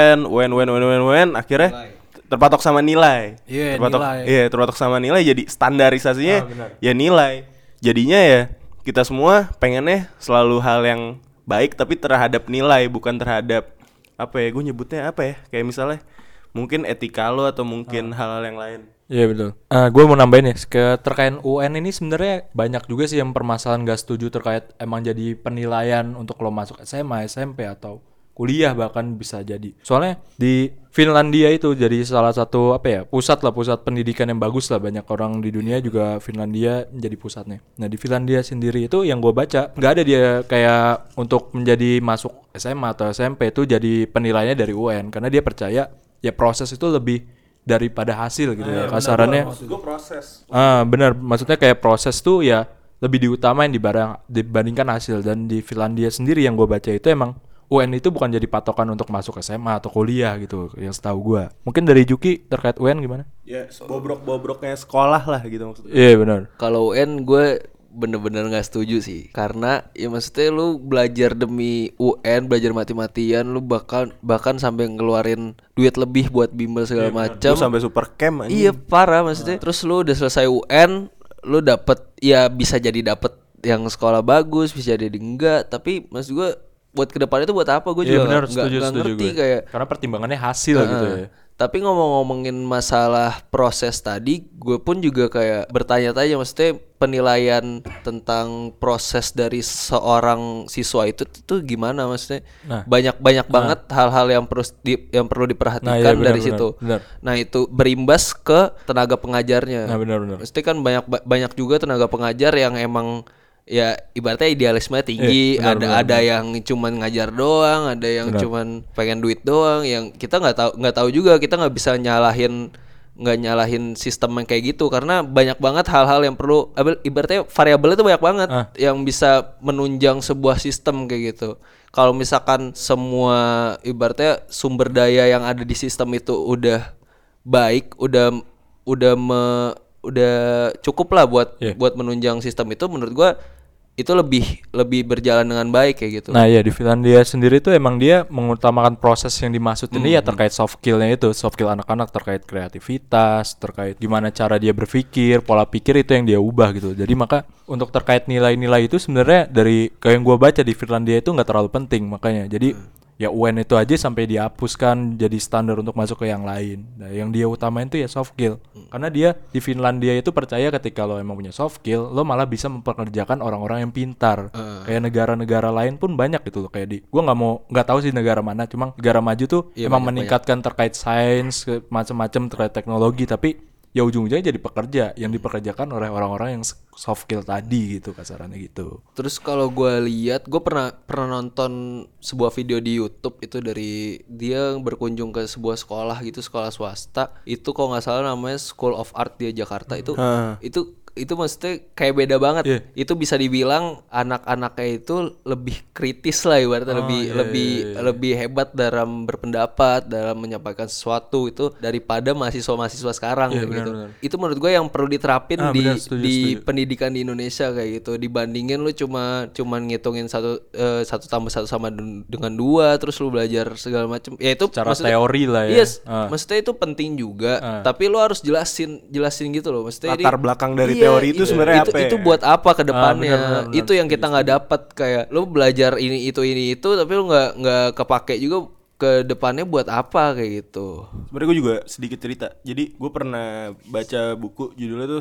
UN, akhirnya terpatok sama nilai. Iya, Terpatok- nilai. Iya, terpatok sama nilai, jadi standarisasinya ya nilai. Jadinya ya kita semua pengennya selalu hal yang baik tapi terhadap nilai, bukan terhadap apa ya, gue nyebutnya apa ya, kayak misalnya mungkin etika lo atau mungkin hal-hal yang lain. Iya betul. Gue mau nambahin ya, terkait UN ini sebenarnya banyak juga sih yang permasalahan gak setuju terkait emang jadi penilaian untuk lo masuk SMA, SMP atau kuliah bahkan bisa jadi. Soalnya di Finlandia itu jadi salah satu pusat pendidikan yang bagus lah, banyak orang di dunia juga Finlandia menjadi pusatnya. Nah di Finlandia sendiri itu yang gue baca nggak ada dia kayak untuk menjadi masuk SMA atau SMP itu jadi penilaiannya dari UN karena dia percaya ya proses itu lebih daripada hasil gitu ya kasarannya. Maksud gue proses. Benar, maksudnya kayak proses tuh ya lebih diutamain dibandingkan hasil. Dan di Finlandia sendiri yang gue baca itu emang UN itu bukan jadi patokan untuk masuk SMA atau kuliah gitu, yang setahu gue. Mungkin dari Juki terkait UN gimana? Ya bobrok-bobroknya sekolah lah gitu maksudnya. Iya benar. Kalau UN gue bener-bener nggak setuju sih, karena ya maksudnya lu belajar demi UN, belajar mati-matian, lu bahkan sampai ngeluarin duit lebih buat bimbel segala macam. Lu sampai super camp anjing. Iya parah maksudnya. Terus lu udah selesai UN, lu dapet ya bisa jadi dapet yang sekolah bagus, bisa jadi enggak. Tapi maksud gue buat kedepannya itu buat apa? Gue Iya juga benar, nggak setuju ngerti gue. kayak. Karena pertimbangannya hasil gitu ya. Tapi ngomongin masalah proses tadi, gue pun juga kayak bertanya-tanya, maksudnya penilaian tentang proses dari seorang siswa itu tuh gimana, maksudnya banyak banget hal-hal yang perlu diperhatikan Nah, iya, dari situ. benar. Nah itu berimbas ke tenaga pengajarnya. Nah benar. Maksudnya kan banyak juga tenaga pengajar yang emang ya ibaratnya idealisme tinggi, ada yang cuman ngajar doang, ada yang cuman pengen duit doang, yang kita nggak tahu juga, kita nggak bisa nyalahin sistem yang kayak gitu karena banyak banget hal-hal yang perlu, ibaratnya variabel itu banyak banget yang bisa menunjang sebuah sistem kayak gitu. Kalau misalkan semua ibaratnya sumber daya yang ada di sistem itu udah baik, udah cukup lah buat menunjang sistem itu, menurut gua itu lebih berjalan dengan baik kayak gitu. Nah ya di Finlandia sendiri tuh emang dia mengutamakan proses yang dimaksud ini ya terkait soft skill-nya itu, soft skill anak-anak terkait kreativitas, terkait gimana cara dia berpikir, pola pikir itu yang dia ubah gitu. Jadi maka untuk terkait nilai-nilai itu sebenarnya dari kayak yang gue baca di Finlandia itu nggak terlalu penting makanya. Jadi ya UN itu aja sampai dihapuskan jadi standar untuk masuk ke yang lain. Nah, yang dia utamain itu ya soft skill. Karena dia di Finlandia itu percaya ketika lo emang punya soft skill, lo malah bisa mempekerjakan orang-orang yang pintar. Kayak negara-negara lain pun banyak gitu loh, kayak gua nggak tahu sih negara mana, cuma negara maju tuh emang meningkatkan terkait sains, macam-macam terkait teknologi, tapi ya ujung-ujungnya jadi pekerja yang dipekerjakan oleh orang-orang yang soft skill tadi gitu kasarannya gitu. Terus kalau gue lihat, gue pernah nonton sebuah video di YouTube itu dari dia berkunjung ke sebuah sekolah gitu, sekolah swasta. Itu kalau nggak salah namanya School of Art di Jakarta itu. Itu maksudnya kayak beda banget. Itu bisa dibilang anak-anaknya itu lebih kritis lah ibaratnya, lebih hebat dalam berpendapat, dalam menyampaikan sesuatu itu daripada mahasiswa sekarang gitu. Benar. Itu menurut gue yang perlu diterapin Setuju. pendidikan di Indonesia kayak gitu, dibandingin lu cuman ngitungin satu tambah satu sama dengan dua, terus lu belajar segala macam. Ya itu secara teori lah ya. Yes, maksudnya itu penting juga, tapi lu harus jelasin gitu loh, maksudnya Latar belakang dari teori itu sebenarnya apa? Itu buat apa ke depannya? Benar. Itu yang kita nggak dapat, kayak lu belajar ini itu, tapi lu nggak kepake juga ke depannya buat apa kayak gitu. Sebenarnya gue juga sedikit cerita. Jadi gue pernah baca buku judulnya tuh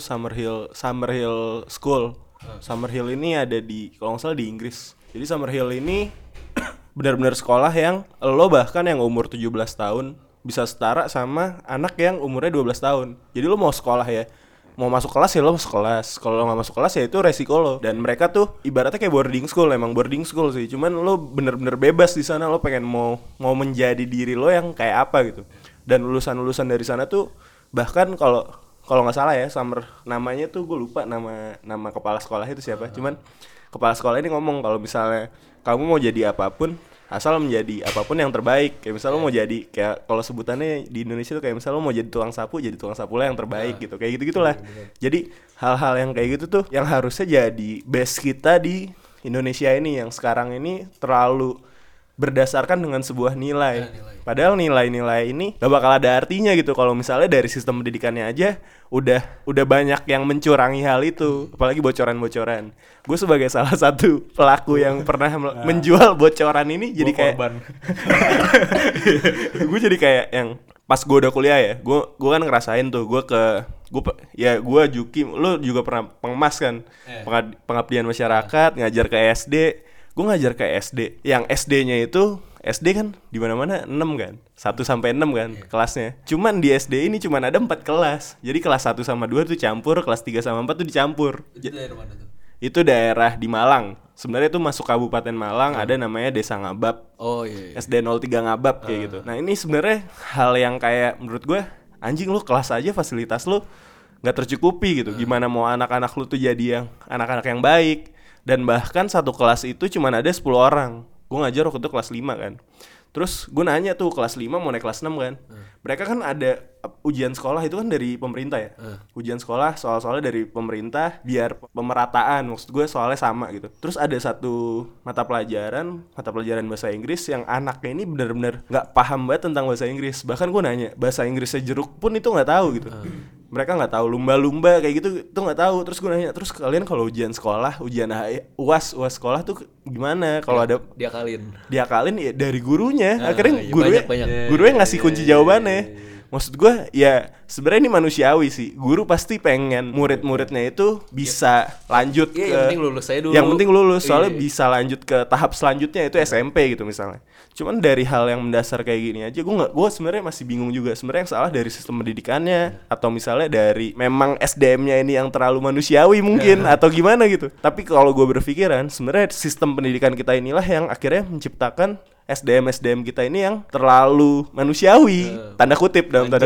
Summerhill School. Summerhill ini ada kalau nggak salah di Inggris. Jadi Summerhill ini benar-benar sekolah yang lo bahkan yang umur 17 tahun bisa setara sama anak yang umurnya 12 tahun. Jadi lo mau sekolah ya, mau masuk kelas ya lo masuk kelas. Kalau lo gak masuk kelas ya itu resiko lo. Dan mereka tuh ibaratnya kayak boarding school, emang boarding school sih. Cuman lo bener-bener bebas di sana. Lo pengen mau menjadi diri lo yang kayak apa gitu. Dan lulusan dari sana tuh bahkan kalau kalau nggak salah ya summer, namanya tuh gue lupa nama kepala sekolah itu siapa. Cuman kepala sekolah ini ngomong kalau misalnya kamu mau jadi apapun, asal menjadi apapun yang terbaik. Kayak misalnya lo mau jadi, kayak kalau sebutannya di Indonesia tuh kayak misalnya lo mau jadi tukang sapu, jadi tukang sapu lah yang terbaik gitu. Kayak gitu-gitulah. Jadi hal-hal yang kayak gitu tuh yang harusnya jadi base kita di Indonesia ini, yang sekarang ini terlalu berdasarkan dengan sebuah nilai. Padahal nilai-nilai ini gak bakal ada artinya gitu kalau misalnya dari sistem pendidikannya aja udah banyak yang mencurangi hal itu, apalagi bocoran-bocoran. Gue sebagai salah satu pelaku yang pernah menjual bocoran ini, jadi kayak gue jadi kayak yang pas gue udah kuliah ya, gue kan ngerasain tuh, gue Juki, lo juga pernah pengemas kan, pengabdian masyarakat, ngajar ke SD. Gue ngajar ke SD, yang SD-nya itu SD kan di mana-mana 6 kan, 1 sampai 6 kan kelasnya. Cuman di SD ini cuman ada 4 kelas. Jadi kelas 1 sama 2 tuh campur, kelas 3 sama 4 tuh dicampur. Itu daerah mana tuh? Itu daerah di Malang. Sebenarnya itu masuk Kabupaten Malang, ada namanya Desa Ngabab. Oh iya. SD 03 Ngabab kayak gitu. Nah, ini sebenarnya hal yang kayak menurut gue, anjing lu kelas aja fasilitas lu enggak tercukupi gitu. Gimana mau anak-anak lu tuh jadi yang anak-anak yang baik. Dan bahkan satu kelas itu cuma ada 10 orang. Gue ngajar waktu itu kelas 5 kan. Terus gue nanya tuh kelas 5 mau naik kelas 6 kan. Mereka kan ada ujian sekolah itu kan dari pemerintah ya. Ujian sekolah soal-soalnya dari pemerintah biar pemerataan. Maksud gue soalnya sama gitu. Terus ada satu mata pelajaran bahasa Inggris yang anaknya ini benar-benar gak paham banget tentang bahasa Inggris. Bahkan gue nanya bahasa Inggrisnya jeruk pun itu gak tahu gitu. Mereka nggak tahu, lumba-lumba kayak gitu itu nggak tahu. Terus gue nanya, terus kalian kalau ujian sekolah, ujian UAS sekolah tuh gimana? Kalau ada diakalin ya dari gurunya. Akhirnya gurunya ngasih kunci jawabannya. Maksud gue ya sebenarnya ini manusiawi sih. Guru pasti pengen murid-muridnya itu bisa lanjut ke yang penting lulus aja dulu. Yang penting lulus, soalnya bisa lanjut ke tahap selanjutnya itu SMP gitu misalnya. Cuman dari hal yang mendasar kayak gini aja gue sebenarnya masih bingung juga. Sebenarnya yang salah dari sistem pendidikannya atau misalnya dari memang SDM-nya ini yang terlalu manusiawi mungkin atau gimana gitu. Tapi kalau gue berpikiran sebenarnya sistem pendidikan kita inilah yang akhirnya menciptakan SDM kita ini yang terlalu manusiawi, tanda kutip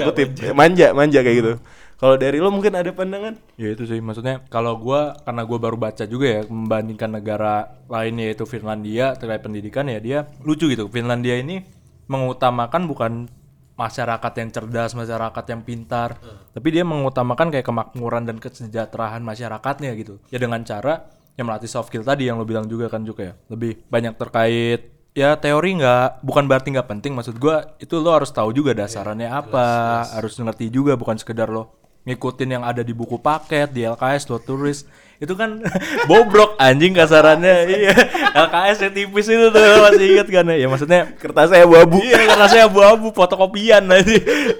manja kayak gitu. Kalau dari lo mungkin ada pandangan? Ya itu sih, maksudnya kalau karena gue baru baca juga ya membandingkan negara lain yaitu Finlandia terkait pendidikan ya, dia lucu gitu. Finlandia ini mengutamakan bukan masyarakat yang cerdas, masyarakat yang pintar, tapi dia mengutamakan kayak kemakmuran dan kesejahteraan masyarakatnya gitu. Ya dengan cara yang melatih soft skill tadi yang lo bilang juga kan juga ya, lebih banyak terkait ya teori bukan berarti nggak penting, maksud gue itu lo harus tahu juga dasarannya apa, harus ngerti juga, bukan sekedar lo ngikutin yang ada di buku paket, di LKS, lo tulis itu kan bobrok anjing kasarannya. Iya, LKS yang tipis itu tuh masih ingat kan ya, maksudnya kertasnya abu-abu. Iya, kertasnya abu-abu, fotokopian nanti.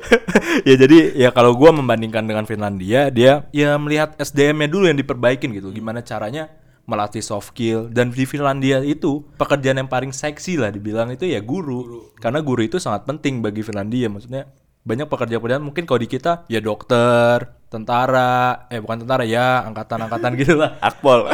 Ya jadi ya kalau gue membandingkan dengan Finlandia, dia ya melihat SDM-nya dulu yang diperbaikin gitu, gimana caranya melatih soft skill. Dan di Finlandia itu pekerjaan yang paling seksi lah dibilang itu ya guru. Karena guru itu sangat penting bagi Finlandia. Maksudnya banyak pekerjaan mungkin kalau di kita ya dokter, tentara, bukan tentara ya, angkatan-angkatan gitu lah. Akpol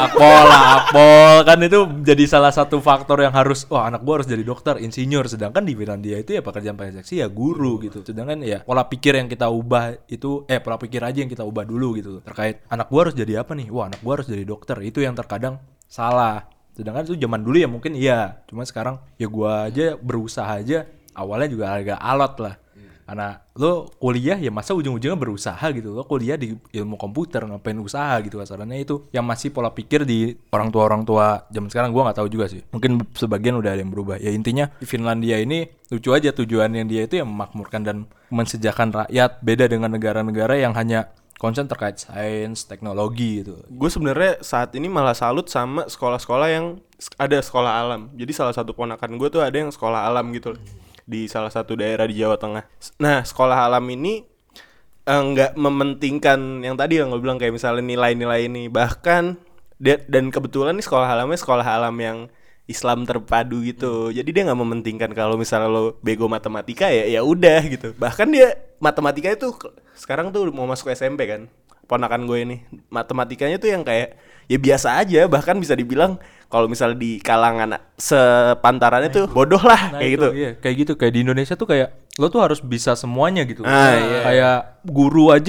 kan itu jadi salah satu faktor yang harus, anak gua harus jadi dokter, insinyur. Sedangkan di Finlandia itu ya pekerjaan paling seksi ya guru gitu. Sedangkan ya pola pikir yang kita ubah itu pola pikir aja yang kita ubah dulu gitu. Terkait anak gua harus jadi apa nih? Anak gua harus jadi dokter. Itu yang terkadang salah. Sedangkan itu zaman dulu ya mungkin iya. Cuma sekarang ya gua aja berusaha aja awalnya juga agak alot lah. Karena lo kuliah ya masa ujung-ujungnya berusaha gitu. Lo kuliah di ilmu komputer ngapain usaha gitu kasarannya. Itu yang masih pola pikir di orang tua zaman sekarang. Gue gak tahu juga sih, mungkin sebagian udah ada yang berubah. Ya intinya di Finlandia ini lucu aja tujuan yang dia itu yang memakmurkan dan mensejahterakan rakyat. Beda dengan negara-negara yang hanya konsen terkait sains, teknologi gitu. Gue sebenarnya saat ini malah salut sama sekolah-sekolah yang ada sekolah alam. Jadi salah satu ponakan gue tuh ada yang sekolah alam gitu di salah satu daerah di Jawa Tengah. Nah, sekolah alam ini nggak mementingkan yang tadi yang gue bilang kayak misalnya nilai-nilai ini. Bahkan dan kebetulan nih sekolah alamnya sekolah alam yang Islam terpadu gitu. Jadi dia nggak mementingkan kalau misalnya lo bego matematika ya udah gitu. Bahkan dia matematika itu sekarang tuh mau masuk SMP kan. Ponakan gue ini matematikanya tuh yang kayak ya biasa aja, bahkan bisa dibilang kalau misalnya di kalangan sepantarannya tuh bodoh lah kayak gitu. Iya, kayak di Indonesia tuh kayak lo tuh harus bisa semuanya gitu. Kayak guru aja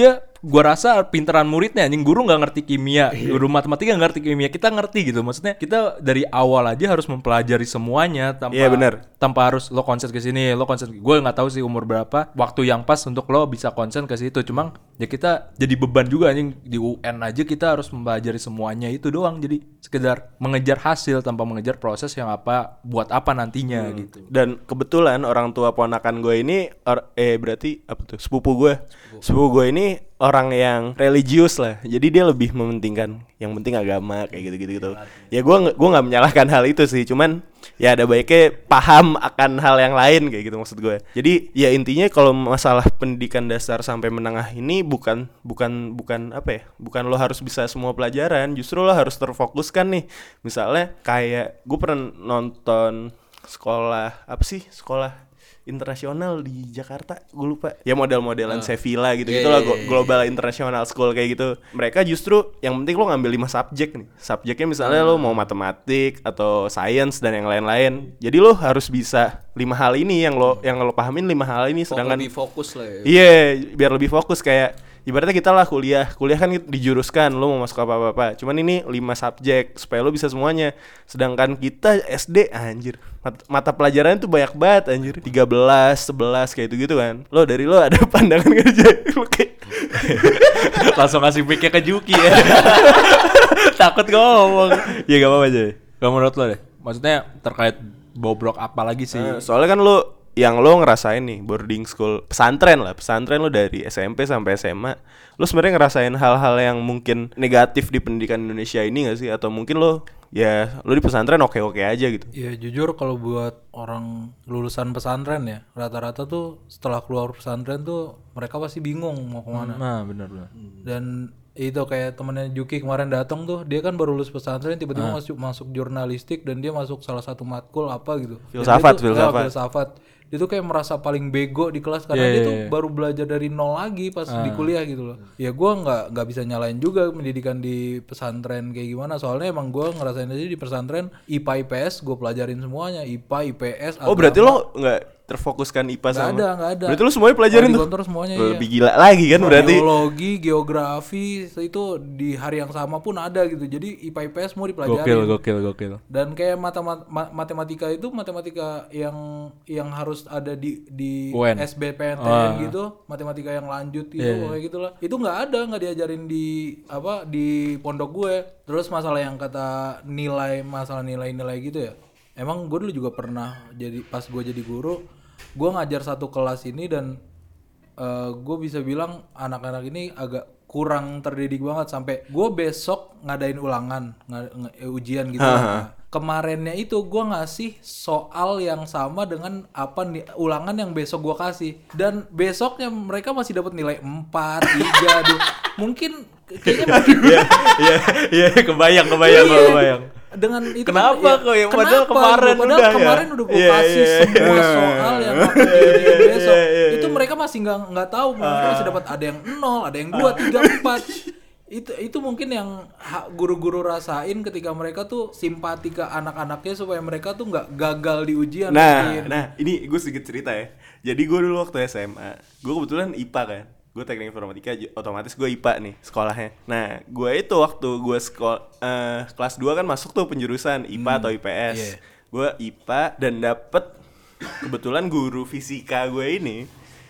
gua rasa pinteran muridnya anjing, guru nggak ngerti kimia, guru matematika nggak ngerti kimia, kita ngerti gitu. Maksudnya kita dari awal aja harus mempelajari semuanya tanpa benar. tanpa harus lo konsen ke sini, lo konsen. Gue nggak tahu sih umur berapa waktu yang pas untuk lo bisa konsen ke situ. Cuma ya kita jadi beban juga anjing, di UN aja kita harus mempelajari semuanya itu doang. Jadi sekedar mengejar hasil tanpa mengejar proses yang apa buat apa nantinya gitu. Dan kebetulan orang tua ponakan gue ini berarti apa tuh? Sepupu gue ini orang yang religius lah. Jadi dia lebih mementingkan yang penting agama kayak gitu-gitu. Ya gue nggak menyalahkan hal itu sih. Cuman ya ada baiknya paham akan hal yang lain kayak gitu maksud gue. Jadi ya intinya kalau masalah pendidikan dasar sampai menengah ini bukan apa ya? Bukan lo harus bisa semua pelajaran. Justru lo harus terfokuskan nih. Misalnya kayak gue pernah nonton sekolah internasional di Jakarta, gue lupa. Ya model-modelan Sevilla gitu-gitu lah, Global International School kayak gitu. Mereka justru yang penting lo ngambil 5 subjek nih. Subjeknya misalnya lo mau matematik atau science dan yang lain-lain. Jadi lo harus bisa 5 hal ini yang lo pahamin 5 hal ini, sedangkan lebih fokus lah ya. Iya, biar lebih fokus kayak ibaratnya kita lah kuliah kan dijuruskan lo mau masuk apa-apa. Cuman ini 5 subjek supaya lo bisa semuanya. Sedangkan kita SD anjir, mata pelajaran tuh banyak banget anjir. 13, 11 kayak gitu kan. Dari lo ada pandangan kerja lo kayak Langsung ngasih mic-nya ke Juki ya. Takut ngomong. Ya gak apa-apa aja. Gak menurut lo deh. Maksudnya terkait bobrok apa lagi sih? Soalnya kan lo ngerasain nih boarding school, pesantren lo dari SMP sampai SMA, lo sebenarnya ngerasain hal-hal yang mungkin negatif di pendidikan Indonesia ini nggak sih? Atau mungkin lo di pesantren oke aja gitu? Ya jujur kalau buat orang lulusan pesantren ya, rata-rata tuh setelah keluar pesantren tuh mereka pasti bingung mau kemana. Nah benar. Dan itu kayak temennya Juki kemarin datang tuh, dia kan baru lulus pesantren tiba-tiba masuk jurnalistik dan dia masuk salah satu matkul apa gitu. Filsafat. Dia tuh kayak merasa paling bego di kelas karena dia tuh baru belajar dari nol lagi pas di kuliah gitu loh. Ya gue nggak bisa nyalain juga pendidikan di pesantren kayak gimana, soalnya emang gue ngerasain aja di pesantren IPA IPS gue pelajarin semuanya, IPA IPS. Oh berarti lo nggak terfokuskan IPA sama? Nggak ada. Berarti lo semuanya pelajarin tuh? Di semuanya lebih gila lagi kan berarti? Biologi, geografi itu di hari yang sama pun ada gitu. Jadi IPA IPS semua dipelajarin. Gokil. Dan kayak matematika itu matematika yang harus ada di UN. SBMPTN gitu, matematika yang lanjut gitu kayak gitulah. Itu nggak diajarin di pondok gue. Terus masalah yang kata masalah nilai gitu ya. Emang gue dulu juga pernah pas gue jadi guru, gue ngajar satu kelas ini dan gue bisa bilang anak-anak ini agak kurang terdidik banget sampai gue besok ngadain ulangan, ujian gitu. Kemarinnya itu gue ngasih soal yang sama dengan ulangan yang besok gue kasih, dan besoknya mereka masih dapat nilai 4, 3, 2. Mungkin kayaknya Iya, kebayang. dengan itu kenapa kok ya padahal kemarin udah gue kasih semua soal yang aku jadiin besok. Itu mereka masih nggak tahu, mereka masih dapat ada yang 0, ada yang 2, 3, 4. Itu mungkin yang guru-guru rasain ketika mereka tuh simpati ke anak-anaknya supaya mereka tuh nggak gagal di ujian. Nah ini gue sedikit cerita ya. Jadi gue dulu waktu SMA, gue kebetulan IPA kan. Gue teknik informatika, otomatis gue IPA nih sekolahnya. Nah, gue itu waktu gue kelas 2 kan masuk tuh penjurusan IPA atau IPS. Yeah. Gue IPA dan dapet kebetulan guru fisika gue ini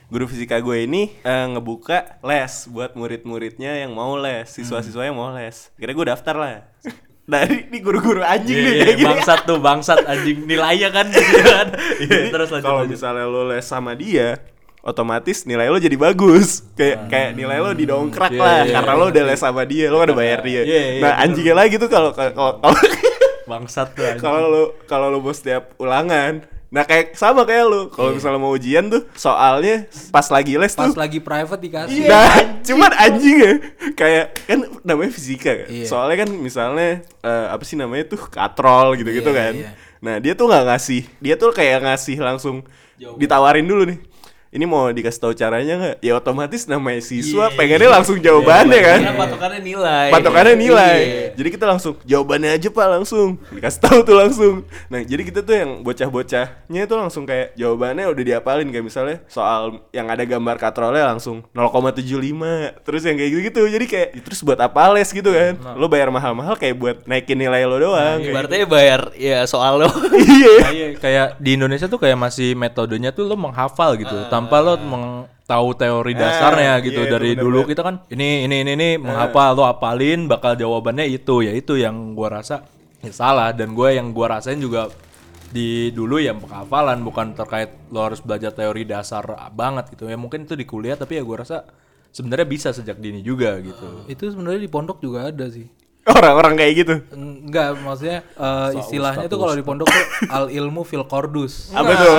ngebuka les buat murid-muridnya yang mau les, siswa-siswa yang mau les. Akhirnya gue daftar lah. Dari ini guru-guru anjing nih kayak gini. Bangsat anjing nilainya kan gitu kan. Terus kalau misalnya lo les sama dia, otomatis nilai lo jadi bagus, kayak nilai lo didongkrak lah karena lo udah les sama dia, lo udah bayar dia. Nah anjingnya lagi tuh kalau bangsat tuh kalau lo mau setiap ulangan, nah kayak sama kayak lo kalau misalnya mau ujian tuh soalnya pas lagi les tuh, pas lagi private dikasih. Nah cuman anjing ya, kayak kan namanya fisika kan, soalnya kan misalnya apa sih namanya tuh katrol gitu kan. Nah dia tuh nggak ngasih, dia tuh kayak ngasih langsung ditawarin dulu nih. ini mau dikasih tahu caranya nggak? Ya otomatis namanya siswa pengennya langsung jawabannya kan. Karena patokannya nilai. Patokannya nilai. Iya. Jadi kita langsung jawabannya aja Pak, langsung dikasih tahu tuh langsung. Nah jadi kita tuh yang bocah-bocahnya itu langsung kayak jawabannya udah dihafalin, kayak misalnya soal yang ada gambar katrolnya langsung 0,75. Terus yang kayak gitu. Jadi kayak terus buat apa les gitu kan? Lo bayar mahal-mahal kayak buat naikin nilai lo doang. Ibaratnya bayar ya soal lo. Iya. Kayak di Indonesia tuh kayak masih metodenya tuh lo menghafal gitu tanpa lo tahu teori dasarnya gitu. iya, dari itu dulu bener. kita kan ini menghafal, lo apalin bakal jawabannya itu. Ya itu yang gua rasa ya salah, dan yang gua rasain juga di dulu ya penghafalan, bukan terkait lo harus belajar teori dasar banget gitu ya. Mungkin itu di kuliah, tapi ya gua rasa sebenarnya bisa sejak dini juga gitu. Itu sebenarnya di pondok juga ada sih. Orang-orang kayak gitu. Enggak, maksudnya istilahnya tuh kalau di pondok tuh al ilmu fil qordus. Apa tuh?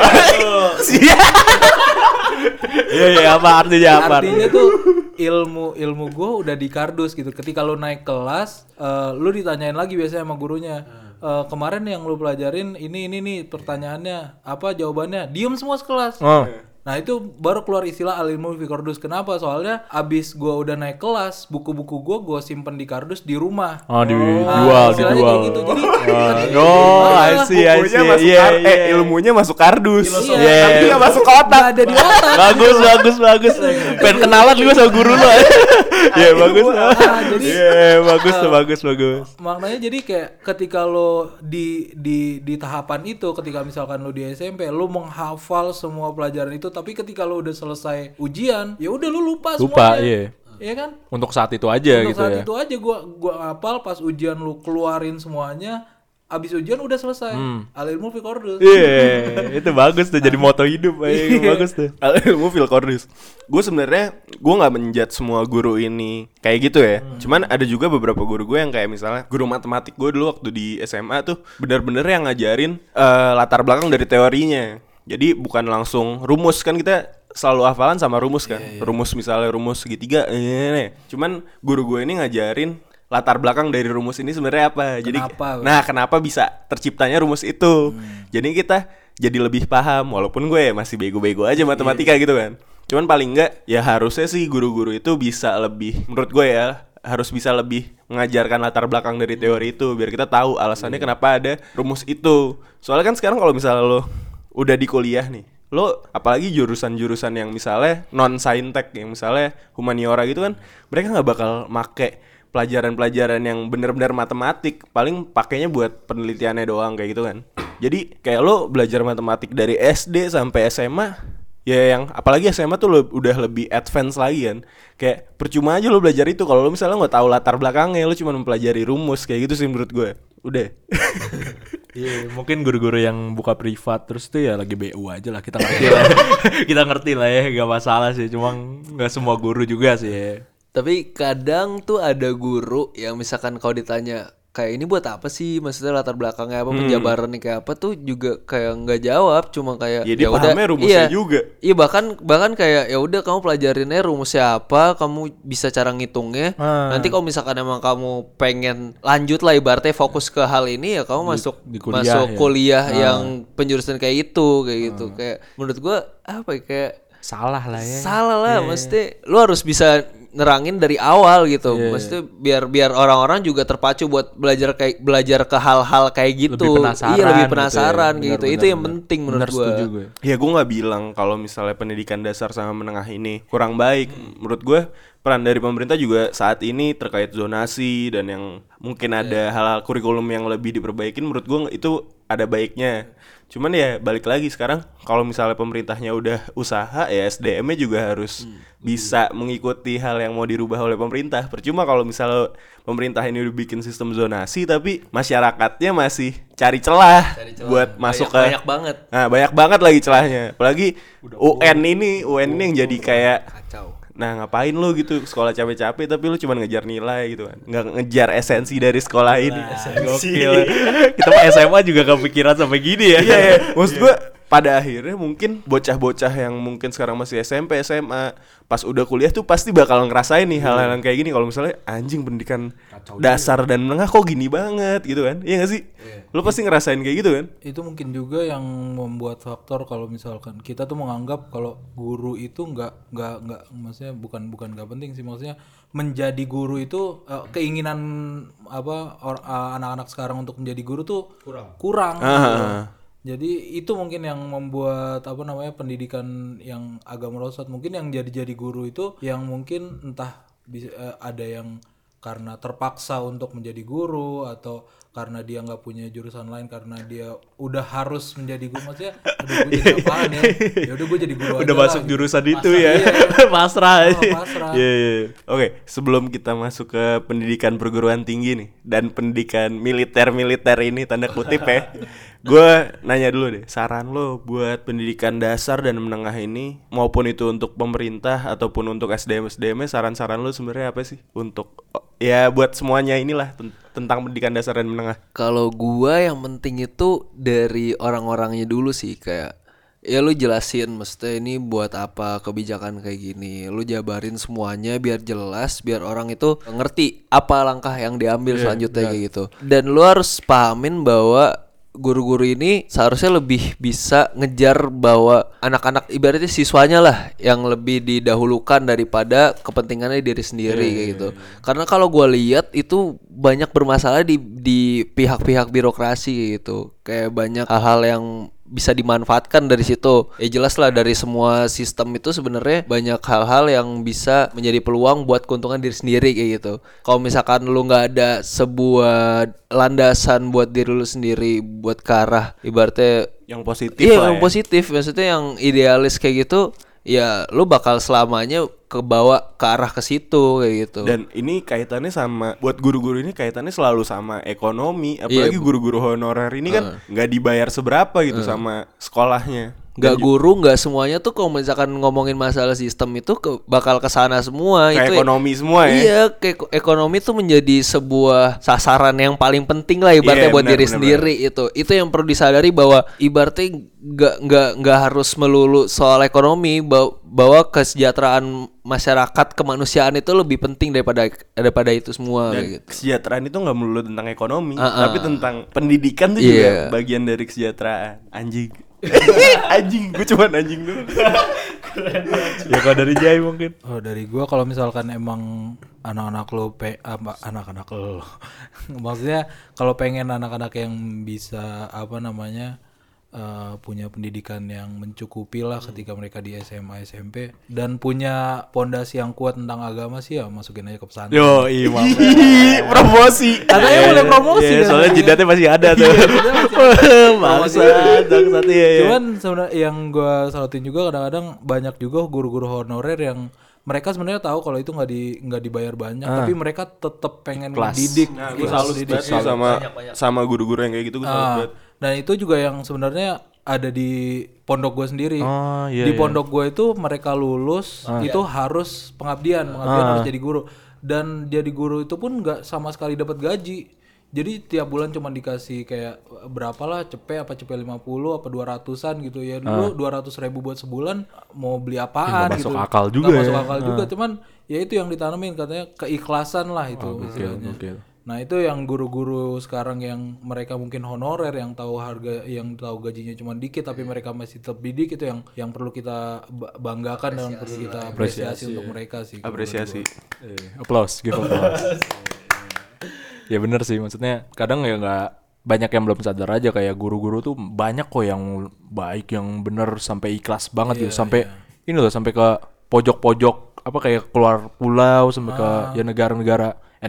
Iya apa artinya apa? Artinya tuh ilmu gue udah di kardus gitu. Ketika lu naik kelas, lu ditanyain lagi biasanya sama gurunya. Kemarin yang lu pelajarin ini nih pertanyaannya apa, jawabannya, diem semua sekelas. Nah itu baru keluar istilah al-ilmu fi kardus. Kenapa? Soalnya abis gue udah naik kelas, buku-buku gue simpen di kardus di rumah. Dijual. Kayak gitu. Jadi I see. Bukunya masuk ilmunya masuk kardus. Iya. Tapi nggak masuk ke otak. nggak ada di otak. bagus. Pengen kenalan juga sama guru lo. Iya bagus. Jadi Bagus. maknanya jadi kayak ketika lo di tahapan itu, ketika misalkan lo di SMP, lo menghafal semua pelajaran itu, tapi ketika lo udah selesai ujian, ya udah lo lupa semuanya. Iya. Iya kan? Untuk saat itu aja Untuk gitu saat ya. itu aja gua hafal, pas ujian lo keluarin semuanya, abis ujian udah selesai. Al-ilmu fi qordus. Iya, itu bagus tuh jadi moto hidup. Bagus tuh. Ilmu fil qordus. Gue sebenarnya nggak menjudge semua guru ini kayak gitu ya. Cuman ada juga beberapa guru gue yang kayak misalnya guru matematik gue dulu waktu di SMA tuh benar-benar yang ngajarin latar belakang dari teorinya. Jadi bukan langsung rumus, kan kita selalu hafalan sama rumus kan. Rumus misalnya rumus segitiga. Cuman guru gue ini ngajarin latar belakang dari rumus ini sebenarnya apa. Jadi kenapa bisa terciptanya rumus itu. Jadi kita jadi lebih paham, walaupun gue masih bego-bego aja matematika gitu kan. Cuman paling enggak ya harusnya sih guru-guru itu bisa lebih, menurut gue ya, harus bisa lebih mengajarkan latar belakang dari teori itu biar kita tahu alasannya kenapa ada rumus itu. Soalnya kan sekarang kalau misalnya lo udah di kuliah nih, lo apalagi jurusan-jurusan yang misalnya non saintek, yang misalnya humaniora gitu kan, mereka nggak bakal make pelajaran-pelajaran yang benar-benar matematik, paling pakainya buat penelitiannya doang kayak gitu kan. Jadi kayak lo belajar matematik dari SD sampai SMA, ya yang apalagi SMA tuh lo udah lebih advance lagi kan. Kayak percuma aja lo belajar itu kalau lo misalnya nggak tahu latar belakangnya, lo cuma mempelajari rumus kayak gitu sih menurut gue. Udah. Iya, mungkin guru-guru yang buka privat terus tuh ya lagi BU aja lah, kita ngerti lah. Kita ngerti lah ya, gak masalah sih. Cuma nggak semua guru juga sih ya. Tapi kadang tuh ada guru yang misalkan kalau ditanya kayak ini buat apa sih, maksudnya latar belakangnya apa, penjabarannya kayak apa, tuh juga kayak nggak jawab, cuma kayak ya udah rumusnya juga. Iya, bahkan kayak ya udah kamu pelajarinnya rumusnya apa, kamu bisa cara ngitungnya. Nanti kalau misalkan emang kamu pengen lanjut lah, ibaratnya fokus ke hal ini, ya kamu masuk kuliah yang penjurusan kayak itu gitu. Kayak menurut gua apa ya, kayak salah lah ya. Salah lah, mesti lu harus bisa nerangin dari awal gitu. Maksudnya biar orang-orang juga terpacu buat belajar ke hal-hal kayak gitu. Lebih penasaran gitu. Itu yang penting menurut gua. Ya gue nggak bilang kalau misalnya pendidikan dasar sama menengah ini kurang baik. Menurut gue peran dari pemerintah juga saat ini terkait zonasi dan yang mungkin ada hal-hal kurikulum yang lebih diperbaikin, menurut gue itu ada baiknya. Cuman ya balik lagi sekarang kalau misalnya pemerintahnya udah usaha, ya SDM-nya juga harus bisa mengikuti hal yang mau dirubah oleh pemerintah. Percuma kalau misalnya pemerintah ini udah bikin sistem zonasi tapi masyarakatnya masih cari celah buat masuk ke banyak banget. Nah, banyak banget lagi celahnya. Apalagi UN ini yang jadi kayak kacau. Nah ngapain lu gitu sekolah capek-capek tapi lu cuma ngejar nilai gitu kan, nggak ngejar esensi dari sekolah ini. Gokil. Kita mah SMA juga kepikiran sampai gini ya. Iya. Maksud gue pada akhirnya mungkin bocah-bocah yang mungkin sekarang masih SMP, SMA, pas udah kuliah tuh pasti bakal ngerasain nih hal-hal yang kayak gini. Kalau misalnya anjing pendidikan dasar dan menengah kok gini banget gitu kan. Iya gak sih? Lo pasti ngerasain kayak gitu kan? Itu mungkin juga yang membuat faktor kalau misalkan kita tuh menganggap kalau guru itu nggak maksudnya bukan nggak penting sih, maksudnya menjadi guru itu keinginan anak-anak sekarang untuk menjadi guru tuh kurang gitu. Jadi itu mungkin yang membuat pendidikan yang agak merosot. Mungkin yang jadi guru itu yang mungkin entah bisa ada yang karena terpaksa untuk menjadi guru, atau karena dia nggak punya jurusan lain, karena dia udah harus menjadi guru. Maksudnya aduh gue jadi apaan ya, ya udah gue jadi guru aja Udah masuk lah, jurusan gitu. itu ya. Pasrah. Pasrah. Iya. Oke, sebelum kita masuk ke pendidikan perguruan tinggi nih dan pendidikan militer ini tanda kutip ya. Gue nanya dulu deh, saran lo buat pendidikan dasar dan menengah ini, maupun itu untuk pemerintah ataupun untuk SDM-nya, saran-saran lo sebenarnya apa sih untuk ya buat semuanya inilah tentang pendidikan dasar dan menengah? Kalau gua yang penting itu dari orang-orangnya dulu sih, kayak ya lu jelasin mesti ini buat apa kebijakan kayak gini, lu jabarin semuanya biar jelas, biar orang itu ngerti apa langkah yang diambil selanjutnya kayak gitu. Dan lu harus pahamin bahwa guru-guru ini seharusnya lebih bisa ngejar bahwa anak-anak, ibaratnya siswanya lah yang lebih didahulukan daripada kepentingannya diri sendiri kayak gitu. Karena kalau gue lihat itu banyak bermasalah di pihak-pihak birokrasi kayak gitu. Kayak banyak hal-hal yang bisa dimanfaatkan dari situ. Ya jelas lah, dari semua sistem itu sebenarnya banyak hal-hal yang bisa menjadi peluang buat keuntungan diri sendiri kayak gitu. Kalau misalkan lu nggak ada sebuah landasan buat diri lu sendiri, buat ke arah ibaratnya Yang positif iya, lah yang ya. positif, maksudnya yang idealis kayak gitu, ya lu bakal selamanya kebawa ke arah ke situ kayak gitu. Dan ini kaitannya sama, buat guru-guru ini kaitannya selalu sama ekonomi. Apalagi guru-guru honorer ini kan nggak dibayar seberapa gitu sama sekolahnya. Gak guru, gak semuanya tuh kalau misalkan ngomongin masalah sistem itu bakal kesana semua. Kayak itu ekonomi semua ya. Iya, kayak ekonomi tuh menjadi sebuah sasaran yang paling penting lah ibaratnya buat diri sendiri. Itu yang perlu disadari, bahwa ibaratnya gak harus melulu soal ekonomi, bahwa kesejahteraan masyarakat, kemanusiaan itu lebih penting daripada itu semua. Dan gitu. kesejahteraan itu nggak melulu tentang ekonomi, tapi tentang pendidikan tuh juga bagian dari kesejahteraan. Anjing. Anjing, gue cuman anjing dulu. Ya kalau dari Jai mungkin. Oh, dari gua kalau misalkan emang anak-anak lo anak-anak lo maksudnya kalau pengen anak-anak yang bisa punya pendidikan yang mencukupi lah ketika mereka di SMA SMP, dan punya pondasi yang kuat tentang agama sih, ya masukin aja ke pesantren. Yo, promosi. Katanya boleh promosi. Soalnya jidatnya masih ada tuh. Bangsat ya. Cuman sebenarnya yang gue salutin juga, kadang-kadang banyak juga guru-guru honorer yang mereka sebenarnya tahu kalau itu nggak dibayar banyak, tapi mereka tetap pengen mendidik. Nah, gue salut sama guru-guru yang kayak gitu, gue salut banget. Dan itu juga yang sebenarnya ada di pondok gue sendiri. Di pondok gue itu mereka lulus itu harus pengabdian harus jadi guru. Dan jadi guru itu pun nggak sama sekali dapat gaji. Jadi tiap bulan cuma dikasih kayak berapalah cepet 50 apa 200-an gitu ya. Dulu 200.000 buat sebulan mau beli apaan Nggak gitu. masuk akal juga Nggak masuk akal juga, cuman ya itu yang ditanamin, katanya keikhlasan lah itu istilahnya. Nah, itu yang guru-guru sekarang yang mereka mungkin honorer, yang tahu harga, yang tahu gajinya cuma dikit tapi mereka masih tetap didik, itu yang perlu kita banggakan dan perlu kita apresiasi untuk mereka sih. Apresiasi. Applause, give applause. Ya bener sih, maksudnya kadang ya nggak banyak yang belum sadar aja, kayak guru-guru tuh banyak kok yang baik, yang bener sampai ikhlas banget gitu, sampai ini loh, sampai ke pojok-pojok apa kayak keluar pulau, sampai ke ya negara-negara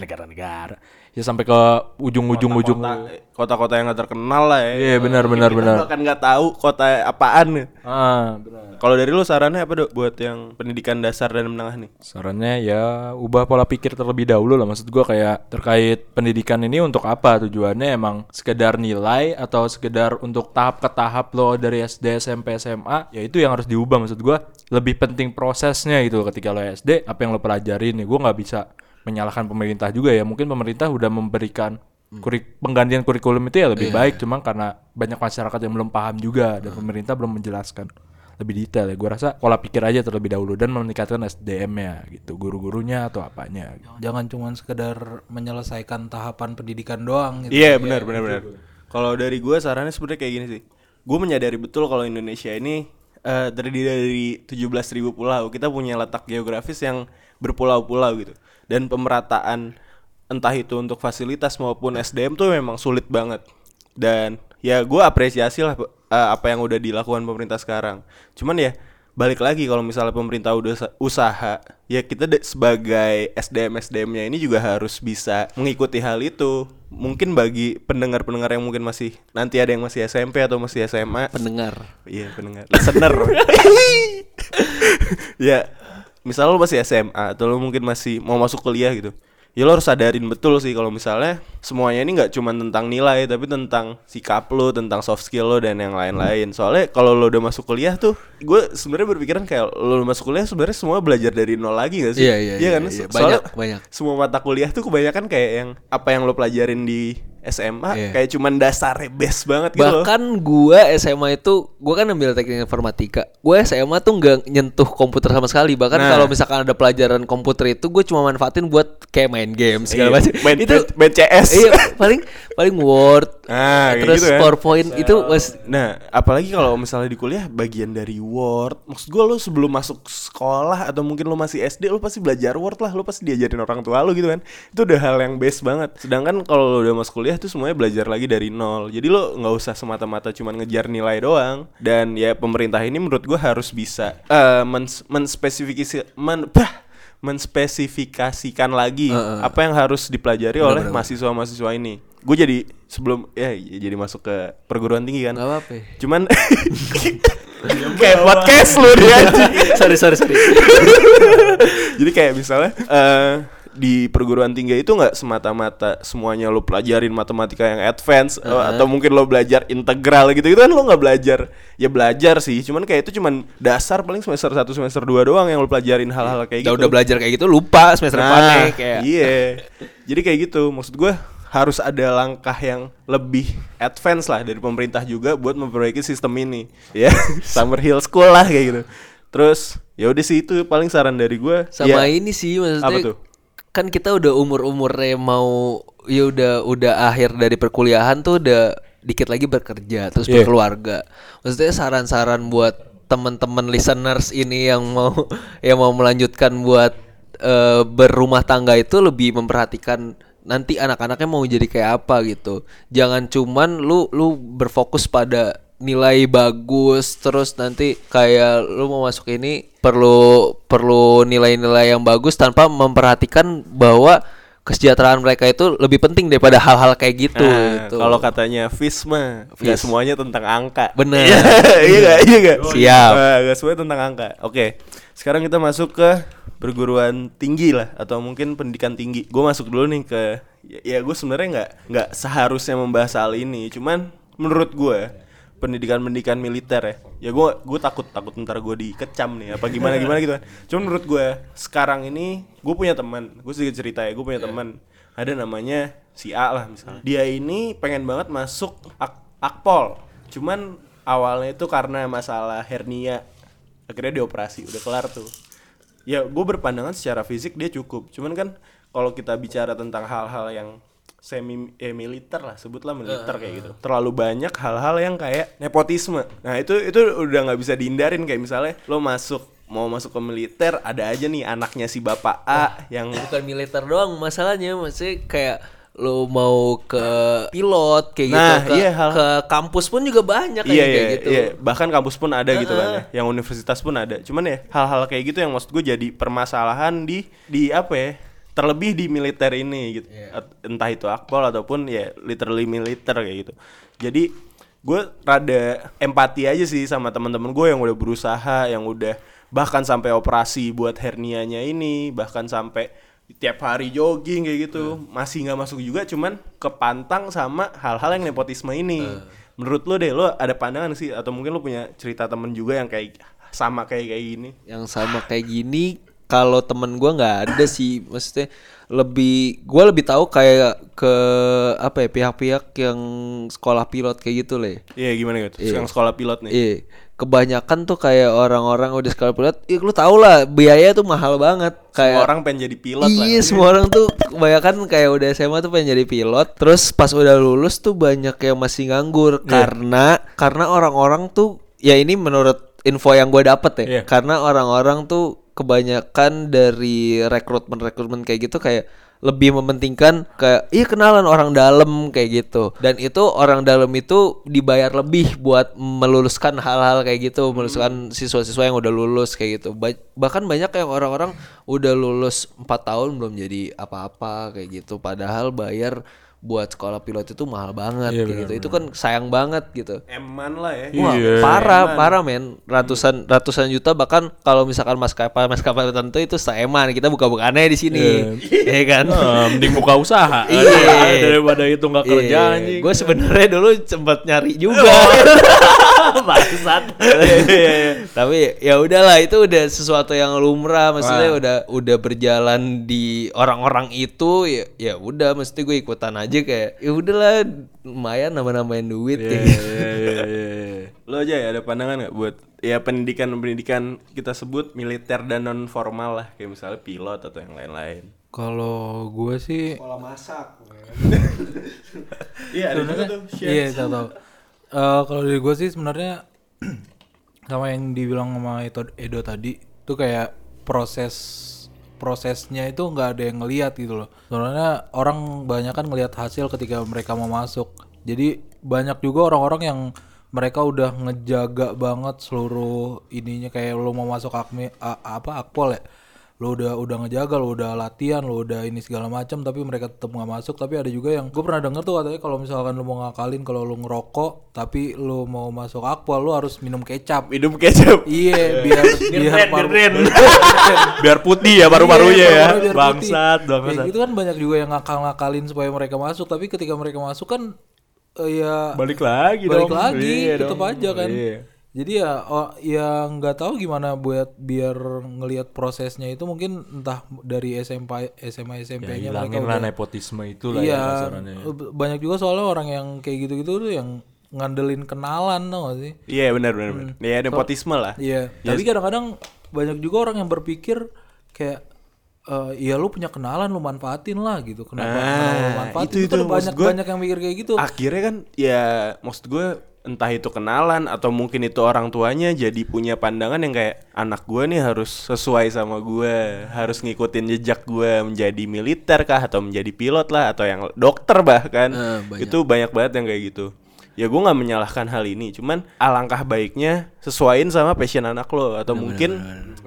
ya sampai ke ujung Kota-kota yang nggak terkenal lah ya. Iya benar. Bahkan nggak tahu kota apaan. Benar. Kalau dari lu sarannya apa, Dok, buat yang pendidikan dasar dan menengah nih? Sarannya ya ubah pola pikir terlebih dahulu lah. Maksud gua kayak terkait pendidikan ini untuk apa tujuannya, emang sekedar nilai atau sekedar untuk tahap ke tahap lo dari SD, SMP, SMA, ya itu yang harus diubah. Maksud gua lebih penting prosesnya gitu. Ketika lo SD, apa yang lo pelajarin nih, gua nggak bisa menyalahkan pemerintah juga ya. Mungkin pemerintah udah memberikan Penggantian kurikulum itu ya lebih baik, cuma karena banyak masyarakat yang belum paham juga dan pemerintah belum menjelaskan lebih detail ya. Gue rasa pola pikir aja terlebih dahulu dan meningkatkan SDM-nya gitu, guru-gurunya atau apanya. Jangan cuma sekedar menyelesaikan tahapan pendidikan doang gitu. Iya benar. Kalau dari gue sarannya sebenarnya kayak gini sih. Gue menyadari betul kalau Indonesia ini terdiri dari 17.000 pulau. Kita punya letak geografis yang berpulau-pulau gitu. Dan pemerataan entah itu untuk fasilitas maupun SDM tuh memang sulit banget. Dan ya gue apresiasi lah apa yang udah dilakukan pemerintah sekarang. Cuman ya balik lagi kalau misalnya pemerintah udah usaha, ya kita sebagai SDM-SDM-nya ini juga harus bisa mengikuti hal itu. Mungkin bagi pendengar-pendengar yang mungkin masih, nanti ada yang masih SMP atau masih SMA. Pendengar. Iya pendengar. Listener. Ya misal lo masih SMA atau lo mungkin masih mau masuk kuliah gitu, ya lo harus sadarin betul sih kalau misalnya semuanya ini nggak cuma tentang nilai, tapi tentang sikap lo, tentang soft skill lo dan yang lain-lain. Soalnya kalau lo udah masuk kuliah tuh, gue sebenarnya berpikiran kayak lo masuk kuliah sebenarnya semua belajar dari nol lagi nggak sih? Iya kan? iya. Soalnya Banyak. semua mata kuliah tuh kebanyakan kayak yang apa yang lo pelajarin di SMA kayak cuman dasarnya base banget gitu loh. Bahkan gue SMA itu, gue kan ambil teknik informatika. Gue SMA tuh nggak nyentuh komputer sama sekali. Bahkan kalau misalkan ada pelajaran komputer itu, gue cuma manfaatin buat kayak main game segala macam. Main CS. Iya, paling Word, terus gitu kan. PowerPoint itu Nah, apalagi kalau misalnya di kuliah bagian dari Word. Maksud gue lo sebelum masuk sekolah atau mungkin lo masih SD, lo pasti belajar Word lah. Lo pasti diajarin orang tua lo gitu kan. Itu udah hal yang base banget. Sedangkan kalau lo udah masuk kuliah tuh semuanya belajar lagi dari nol. Jadi lo nggak usah semata-mata cuma ngejar nilai doang. Dan ya pemerintah ini menurut gue harus bisa menspesifikasikan lagi apa yang harus dipelajari oleh mahasiswa-mahasiswa ini. Gue jadi sebelum jadi masuk ke perguruan tinggi kan. nggak apa-apa. Cuman kayak podcast lu dia. sorry. Jadi kayak misalnya di perguruan tinggi itu nggak semata-mata semuanya lo pelajarin matematika yang advance atau mungkin lo belajar integral gitu kan, lo nggak belajar. Ya belajar sih, cuman kayak itu cuman dasar, paling semester 1 semester 2 doang yang lo pelajarin hal-hal kayak gitu. Udah belajar kayak gitu lupa semester depannya kayak. Iya. Jadi kayak gitu, maksud gue harus ada langkah yang lebih advance lah dari pemerintah juga buat memperbaiki sistem ini. Ya, Summer Hill School lah kayak gitu. Terus ya udah sih, itu paling saran dari gue. Sama ini sih maksudnya. Apa tuh? Kan kita udah umurnya mau ya udah akhir dari perkuliahan tuh, udah dikit lagi bekerja terus berkeluarga. Maksudnya saran-saran buat teman-teman listeners ini yang mau melanjutkan buat berumah tangga itu lebih memperhatikan nanti anak-anaknya mau jadi kayak apa gitu. Jangan cuman lu berfokus pada nilai bagus terus nanti kayak lu mau masuk ini perlu nilai-nilai yang bagus tanpa memperhatikan bahwa kesejahteraan mereka itu lebih penting daripada hal-hal kayak gitu. Gitu. Kalau katanya Fisma, nggak semuanya tentang angka. Bener. Iya gak? Siap. Nggak semuanya tentang angka. Oke, sekarang kita masuk ke perguruan tinggi lah, atau mungkin pendidikan tinggi. Gue masuk dulu nih ke, ya gue sebenarnya nggak seharusnya membahas hal ini, cuman menurut gue pendidikan militer ya gue takut ntar gue dikecam nih apa gimana gitu kan. Cuma menurut gue sekarang ini, gue punya teman, gue sedikit cerita ya, gue punya teman ada namanya si A lah misalnya. Dia ini pengen banget masuk Akpol, cuman awalnya itu karena masalah hernia, akhirnya dioperasi, udah kelar tuh. Ya gue berpandangan secara fisik dia cukup, cuman kan kalau kita bicara tentang hal-hal yang semi militer lah, sebutlah militer kayak gitu, terlalu banyak hal-hal yang kayak nepotisme. Nah itu udah nggak bisa dihindarin. Kayak misalnya lo mau masuk ke militer, ada aja nih anaknya si bapak A yang bukan militer doang masalahnya, maksudnya kayak lo mau ke pilot kayak gitu, ke kampus pun juga banyak kayak gitu. Iya, bahkan kampus pun ada gitu kan ya, yang universitas pun ada. Cuman ya hal-hal kayak gitu yang maksud gue jadi permasalahan di apa ya, terlebih di militer ini gitu. Entah itu Akpol ataupun ya literally militer kayak gitu. Jadi gue rada empati aja sih sama teman-teman gue yang udah berusaha, yang udah bahkan sampai operasi buat hernianya ini, bahkan sampai tiap hari jogging kayak gitu. Masih nggak masuk juga, cuman kepantang sama hal-hal yang nepotisme ini. Menurut lo deh, lo ada pandangan sih, atau mungkin lo punya cerita temen juga yang kayak sama kayak gini? Yang sama kayak gini kalau temen gue nggak ada sih, maksudnya gue lebih tahu kayak ke apa ya, pihak-pihak yang sekolah pilot kayak gitu lah. Iya, gimana gitu? Yang sekolah pilot nih. Iya, kebanyakan tuh kayak orang-orang udah sekolah pilot, lu tau lah biaya tuh mahal banget. Kayak Semua orang pengen jadi pilot lah. Iya, semua orang tuh kebanyakan kayak udah SMA tuh pengen jadi pilot. Terus pas udah lulus tuh banyak yang masih nganggur karena orang-orang tuh, ya ini menurut info yang gue dapet ya, karena orang-orang tuh kebanyakan dari rekrutmen kayak gitu kayak lebih mementingkan kayak kenalan orang dalam kayak gitu, dan itu orang dalam itu dibayar lebih buat meluluskan hal-hal kayak gitu, meluluskan siswa-siswa yang udah lulus kayak gitu. Bahkan banyak yang orang-orang udah lulus 4 tahun belum jadi apa-apa kayak gitu, padahal bayar buat sekolah pilot itu mahal banget kayak gitu. Itu kan sayang banget gitu. Eman lah ya. Wah, parah men, ratusan juta, bahkan kalau misalkan maskapai tertentu itu seeman. Kita buka-bukannya di sini. Iya kan? Mending buka usaha. Daripada itu nggak kerja anjing. Gue sebenarnya dulu sempat nyari juga. Bangsat. Tapi ya udahlah, itu udah sesuatu yang lumrah, maksudnya udah berjalan di orang-orang itu, ya udah, mesti gue ikutan aja kayak ya udahlah, lumayan nambah-nambahin duit Iya. Lo aja ya ada pandangan nggak buat ya pendidikan kita sebut militer dan non formal lah, kayak misalnya pilot atau yang lain-lain? Kalau gue sih sekolah masak. Iya, ada juga tuh. Iya, tahu. Kalau dari gue sih sebenarnya sama yang dibilang sama Edo tadi tuh, kayak prosesnya itu nggak ada yang ngelihat gitu loh. Soalnya orang banyak kan ngelihat hasil ketika mereka mau masuk. Jadi banyak juga orang-orang yang mereka udah ngejaga banget seluruh ininya, kayak lo mau masuk akpol ya, lo udah ngejaga, lo udah latihan, lo udah ini segala macam, tapi mereka tetap nggak masuk. Tapi ada juga yang gue pernah denger tuh katanya kalau misalkan lo mau ngakalin, kalau lo ngerokok tapi lo mau masuk akpol, lo harus minum kecap. Iya, biar putih ya paru-parunya ya. Bangsat. Kayak gitu kan banyak juga yang ngakalin supaya mereka masuk, tapi ketika mereka masuk kan balik lagi tetap aja kan. Jadi ya nggak tahu gimana buat biar ngelihat prosesnya itu, mungkin entah dari SMA SMP-nya mereka udah nepotisme itu lah ya kasarannya. Banyak juga soalnya orang yang kayak gitu-gitu tuh yang ngandelin kenalan, tau gak sih? Iya, benar. Ya nepotisme lah. Iya. Tapi kadang-kadang banyak juga orang yang berpikir kayak ya lu punya kenalan, lu manfaatin lah gitu. Kenapa lu manfaatin? Itu banyak yang mikir kayak gitu. Akhirnya kan ya maksud gue, entah itu kenalan atau mungkin itu orang tuanya jadi punya pandangan yang kayak anak gue nih harus sesuai sama gue, harus ngikutin jejak gue menjadi militer kah, atau menjadi pilot lah, atau yang dokter bahkan. Itu banyak banget yang kayak gitu. Ya gue nggak menyalahkan hal ini, cuman alangkah baiknya sesuaiin sama passion anak lo, atau mungkin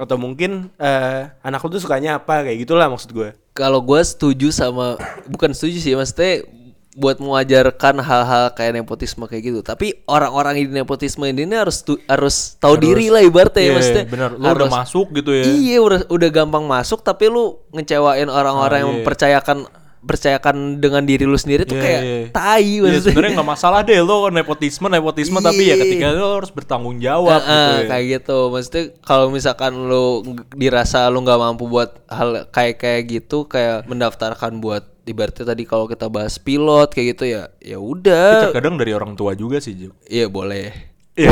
anak lo tuh sukanya apa, kayak gitulah maksud gue. Kalau gue setuju sama, bukan setuju sih, maksudnya buat mengajarkan hal-hal kayak nepotisme kayak gitu. Tapi orang-orang di nepotisme ini harus tahu diri lah ibaratnya, ya, maksudnya. Bener, lu udah masuk gitu ya. Iya, udah gampang masuk, tapi lu ngecewain orang-orang yang percayakan dengan diri lu sendiri tuh kayak tai maksudnya. Sebenarnya nggak masalah deh lo nepotisme tapi ya ketika lo harus bertanggung jawab gitu ya. Kayak gitu, maksudnya kalau misalkan lu dirasa lu nggak mampu buat hal kayak gitu, kayak mendaftarkan buat ibaratnya tadi kalau kita bahas pilot kayak gitu, ya udah. Terkadang dari orang tua juga sih, Ju. Iya boleh. Iya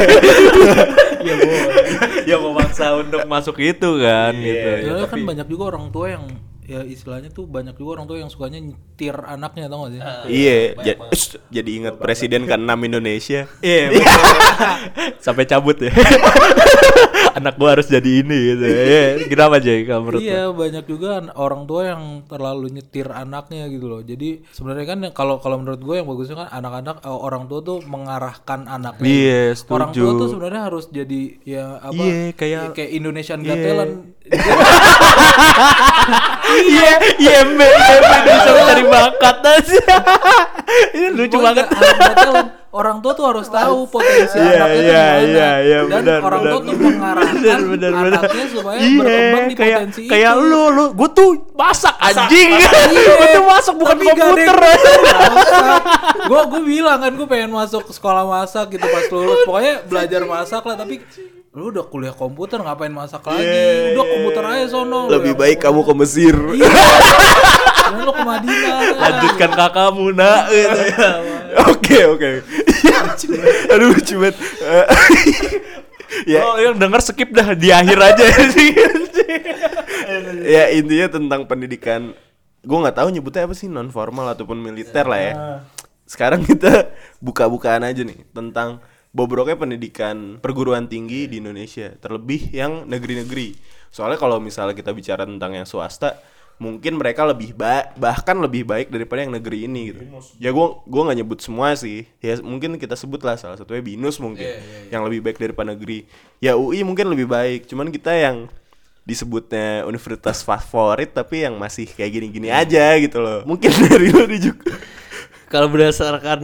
boleh. Ya mau maksa untuk masuk itu kan gitu. Ya kan banyak juga orang tua yang ya istilahnya tuh, banyak juga orang tua yang sukanya nyetir anaknya, tau gak sih? Iya, jadi ingat presiden ke-6 Indonesia. Iya. Sampai cabut ya. Anak gua harus jadi ini gitu. Iya, kenapa aja kalau menurut? Iya, banyak juga orang tua yang terlalu nyetir anaknya gitu loh. Jadi sebenarnya kan kalau menurut gue yang bagusnya kan anak-anak, orang tua tuh mengarahkan anaknya. Iya, setuju. Orang tua tuh sebenarnya harus jadi ya apa? Iya, kayak Indonesian Got Talent. Iya, bisa mencari bakat sih. Ini lucu banget. Orang tua tuh harus tahu potensi anaknya itu gimana. Dan benar, orang tua tuh mengarahkan anaknya supaya berkembang di potensi itu. Kayak lu, gue tuh masak anjing. Gue tuh masak bukan komputer. Gue bilang kan gue pengen masuk sekolah masak gitu pas lulus. Pokoknya belajar masak lah, tapi lu udah kuliah komputer ngapain masak lagi? Udah komputer aja sono. Lebih baik kamu ke Mesir. Dan lu ke Madinah. Lanjutkan kakakmu nak gitu ya. Oke. Aduh cuman ya. Oh, yang denger skip dah di akhir aja sih. Ya intinya tentang pendidikan. Gue nggak tahu nyebutnya apa sih, non formal ataupun militer lah ya. Sekarang kita buka-bukaan aja nih tentang bobroknya pendidikan perguruan tinggi di Indonesia, terlebih yang negeri-negeri. Soalnya kalau misalnya kita bicara tentang yang swasta, mungkin mereka bahkan lebih baik daripada yang negeri ini gitu. Ya gua nggak nyebut semua sih. Ya mungkin kita sebut lah salah satunya BINUS mungkin yang lebih baik daripada negeri. Ya UI mungkin lebih baik. Cuman kita yang disebutnya universitas favorit tapi yang masih kayak gini-gini aja gitu loh. Mungkin dari lo juga. Kalau berdasarkan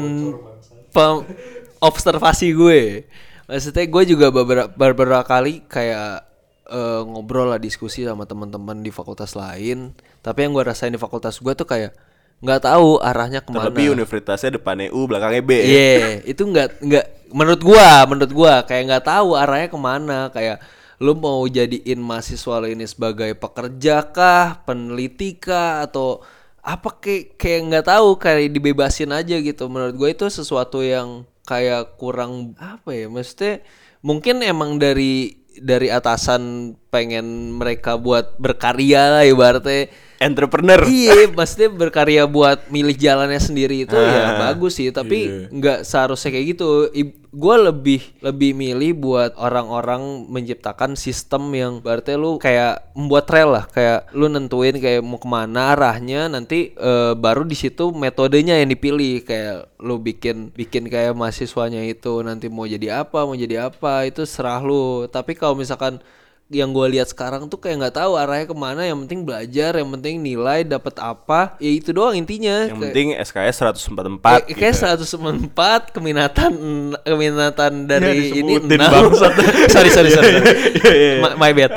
observasi gue, maksudnya gue juga beberapa kali kayak ngobrol lah, diskusi sama teman-teman di fakultas lain. Tapi yang gue rasain di fakultas gue tuh kayak nggak tahu arahnya kemana. Terlebih universitasnya depannya U belakangnya B. Iya, itu nggak menurut gue kayak nggak tahu arahnya kemana. Kayak lu mau jadiin mahasiswa ini sebagai pekerja kah, peneliti kah, atau apa kayak nggak tahu, kayak dibebasin aja gitu. Menurut gue itu sesuatu yang kayak kurang apa ya, maksudnya mungkin emang dari atasan pengen mereka buat berkarya lah ibaratnya, entrepreneur. Iya, maksudnya berkarya buat milih jalannya sendiri itu ya bagus sih, tapi nggak seharusnya kayak gitu. Gue lebih milih buat orang-orang menciptakan sistem yang berarti lu kayak membuat rel lah, kayak lu nentuin kayak mau kemana arahnya, nanti baru di situ metodenya yang dipilih, kayak lu bikin kayak mahasiswanya itu nanti mau jadi apa itu serah lu. Tapi kalau misalkan yang gue lihat sekarang tuh kayak nggak tahu arahnya kemana, yang penting belajar, yang penting nilai dapat apa, ya itu doang intinya. Yang penting SKS 144 kayak 144, keminatan dari ya, ini 6. sorry my bad.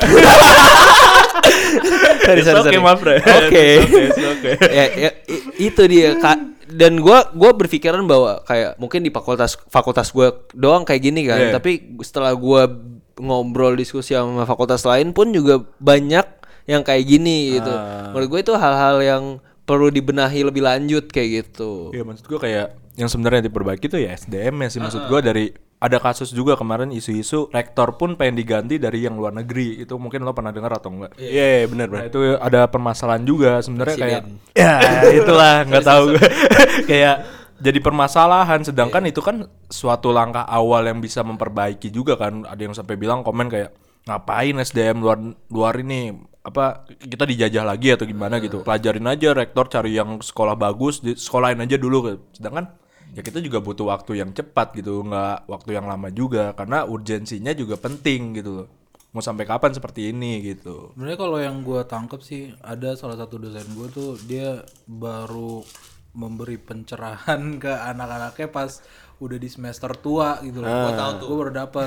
sorry. Oke. Ya, itu dia Kak. Dan gue berpikiran bahwa kayak mungkin di fakultas gue doang kayak gini kan, tapi setelah gue ngobrol diskusi sama fakultas lain pun juga banyak yang kayak gini gitu. Menurut gue itu hal-hal yang perlu dibenahi lebih lanjut kayak gitu. Iya, maksud gue kayak yang sebenarnya diperbaiki tuh ya SDM ya sih. Maksud gue dari ada kasus juga kemarin isu-isu rektor pun pengen diganti dari yang luar negeri. Itu mungkin lo pernah dengar atau enggak? Iya, benar. Nah, itu ada permasalahan juga sebenarnya kayak ya itulah nggak tahu gue. Kayak jadi permasalahan, sedangkan itu kan suatu langkah awal yang bisa memperbaiki juga kan. Ada yang sampai bilang komen kayak ngapain SDM luar ini, apa kita dijajah lagi atau gimana gitu. Pelajarin aja rektor, cari yang sekolah bagus, sekolahin aja dulu. Sedangkan ya kita juga butuh waktu yang cepat gitu, nggak waktu yang lama juga, karena urgensinya juga penting gitu loh. Mau sampai kapan seperti ini gitu. Sebenarnya kalau yang gue tangkep sih, ada salah satu dosen gue tuh, dia baru memberi pencerahan ke anak-anaknya pas udah di semester tua gitu loh. Gue tahu tuh, gue baru dapet.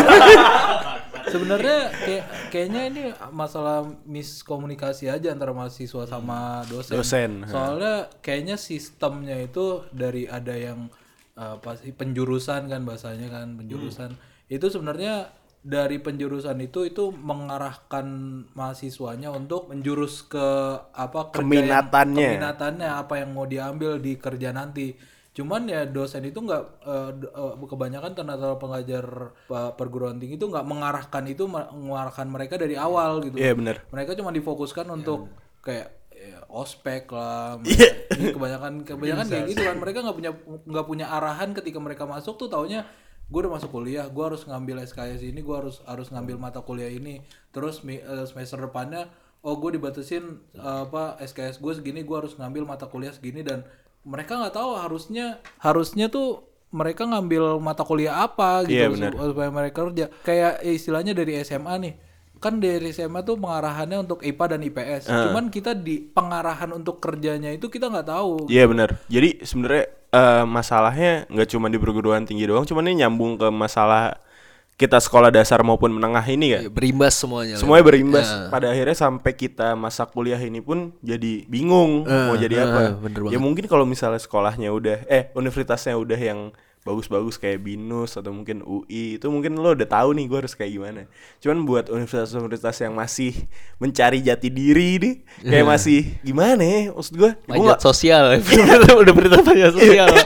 Sebenarnya kayaknya ini masalah miskomunikasi aja antara mahasiswa sama dosen. Soalnya kayaknya sistemnya itu dari ada yang pasti penjurusan kan, bahasanya kan penjurusan. Itu sebenarnya dari penjurusan itu mengarahkan mahasiswanya untuk menjurus ke apa keminatannya apa yang mau diambil di kerja nanti. Cuman ya dosen itu nggak kebanyakan tenaga pengajar perguruan tinggi itu nggak mengarahkan mereka dari awal gitu. Iya, benar. Mereka cuma difokuskan untuk kayak ospek lah. Kebanyakan kayak gitu kan. Mereka nggak punya arahan ketika mereka masuk tuh, taunya gue udah masuk kuliah, gue harus ngambil SKS ini, gue harus ngambil mata kuliah ini. Terus semester depannya, gue dibatasin SKS gue segini, gue harus ngambil mata kuliah segini, dan mereka nggak tahu harusnya tuh mereka ngambil mata kuliah apa gitu supaya mereka kerja. Kayak istilahnya dari SMA nih, kan dari SMA tuh pengarahannya untuk IPA dan IPS. Cuman kita di pengarahan untuk kerjanya itu kita nggak tahu. Iya benar. Jadi sebenarnya masalahnya nggak cuma di perguruan tinggi doang, cuman ini nyambung ke masalah kita sekolah dasar maupun menengah ini kan. Berimbas semuanya. Semuanya berimbas. Pada akhirnya sampai kita masa kuliah ini pun jadi bingung mau jadi apa. Bener ya mungkin kalau misalnya sekolahnya udah universitasnya udah yang bagus-bagus kayak BINUS atau mungkin UI, itu mungkin lo udah tahu nih gue harus kayak gimana. Cuman buat universitas-universitas yang masih mencari jati diri nih, kayak masih gimana ya, maksud gue Panjat sosial. Udah berita panjat sosial.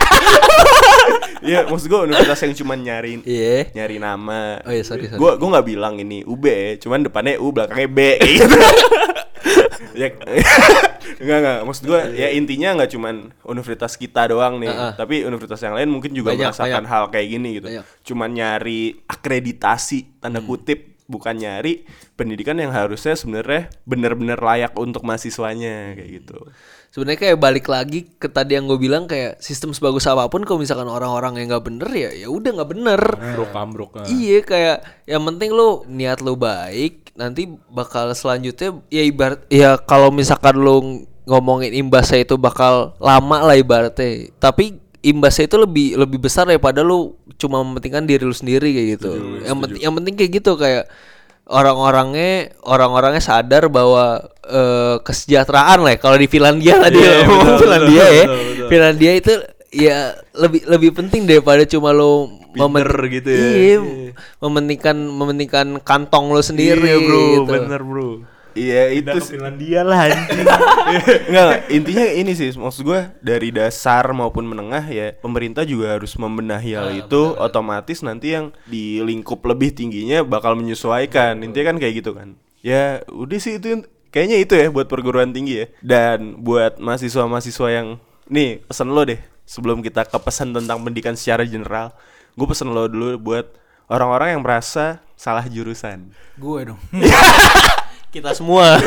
Iya, maksud gue universitas yang cuma nyari nama. Oh iya, sorry. Gue nggak bilang ini UB, cuman depannya U belakangnya B kayak gitu. Ya, enggak. Maksud gue ya intinya nggak cuman universitas kita doang nih, tapi universitas yang lain mungkin juga merasakan hal kayak gini gitu. Cuman nyari akreditasi tanda kutip, bukan nyari pendidikan yang harusnya sebenarnya benar-benar layak untuk mahasiswanya kayak gitu. Sebenarnya kayak balik lagi ke tadi yang gue bilang, kayak sistem sebagus apapun kalau misalkan orang-orang yang nggak bener ya udah nggak bener. Ambruk. Iya, kayak yang penting lo niat lo baik, nanti bakal selanjutnya ya ibarat ya kalau misalkan lo ngomongin imbasnya itu bakal lama lah ibaratnya, tapi imbasnya itu lebih besar daripada lo cuma mementingkan diri lo sendiri kayak gitu. Yang penting kayak gitu, kayak orang-orangnya sadar bahwa kesejahteraan lah. Kalau di Finlandia tadi Finlandia ya. Betul. Finlandia itu ya lebih penting daripada cuma lo gitu ya. Iya, mementingkan kantong lo sendiri. Iya bro, gitu. bener bro. Iya itu Finlandia lah anjing. Enggak, intinya ini sih, maksud gue dari dasar maupun menengah ya pemerintah juga harus membenahi hal itu. Benar. Otomatis nanti yang di lingkup lebih tingginya bakal menyesuaikan. Intinya kan kayak gitu kan. Ya udah sih itu kayaknya itu ya buat perguruan tinggi ya. Dan buat mahasiswa-mahasiswa yang nih pesan lo deh sebelum kita ke pesan tentang pendidikan secara general. Gue pesan lo dulu buat orang-orang yang merasa salah jurusan. Gue dong. Kita semua.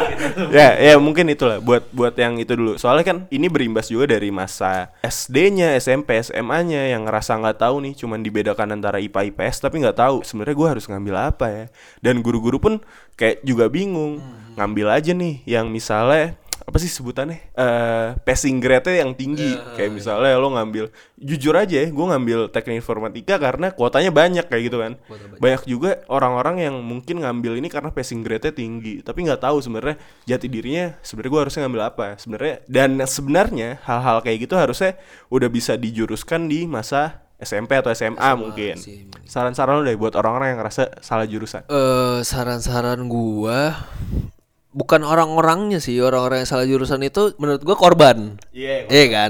ya mungkin itulah buat yang itu dulu. Soalnya kan ini berimbas juga dari masa SD-nya, SMP, SMA-nya yang ngerasa nggak tahu nih, cuman dibedakan antara IPA IPS tapi nggak tahu sebenarnya gue harus ngambil apa ya. Dan guru-guru pun kayak juga bingung. Ngambil aja nih yang misalnya apa sih sebutannya passing grade-nya yang tinggi, kayak misalnya lo ngambil, jujur aja ya gue ngambil teknik informatika karena kuotanya banyak kayak gitu kan. Banyak juga orang-orang yang mungkin ngambil ini karena passing grade-nya tinggi tapi nggak tahu sebenarnya jati dirinya sebenarnya gue harusnya ngambil apa sebenarnya. Dan sebenarnya hal-hal kayak gitu harusnya udah bisa dijuruskan di masa SMP atau SMA mungkin. Saran-saran lo deh buat orang-orang yang ngerasa salah jurusan. Saran-saran gua bukan orang-orangnya sih, orang-orang yang salah jurusan itu menurut gua korban. Iya kan?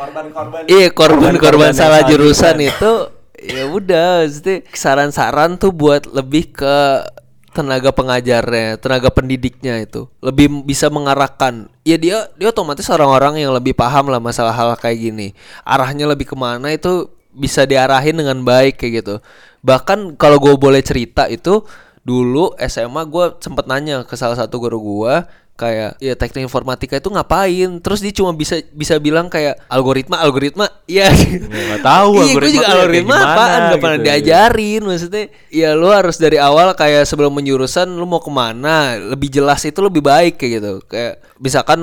Iya, korban salah jurusan itu ya udah, mesti saran-saran tuh buat lebih ke tenaga pengajarnya, tenaga pendidiknya itu lebih bisa mengarahkan. Ya dia otomatis orang-orang yang lebih paham lah masalah hal kayak gini. Arahnya lebih kemana itu bisa diarahin dengan baik kayak gitu. Bahkan kalau gue boleh cerita itu dulu SMA gue sempet nanya ke salah satu guru gue kayak ya teknik informatika itu ngapain, terus dia cuma bisa bilang kayak algoritma ya nggak tahu iya gue juga algoritma apaan nggak pernah diajarin. Maksudnya ya lu harus dari awal kayak sebelum menjurusan lu mau kemana lebih jelas itu lebih baik kayak gitu. Kayak misalkan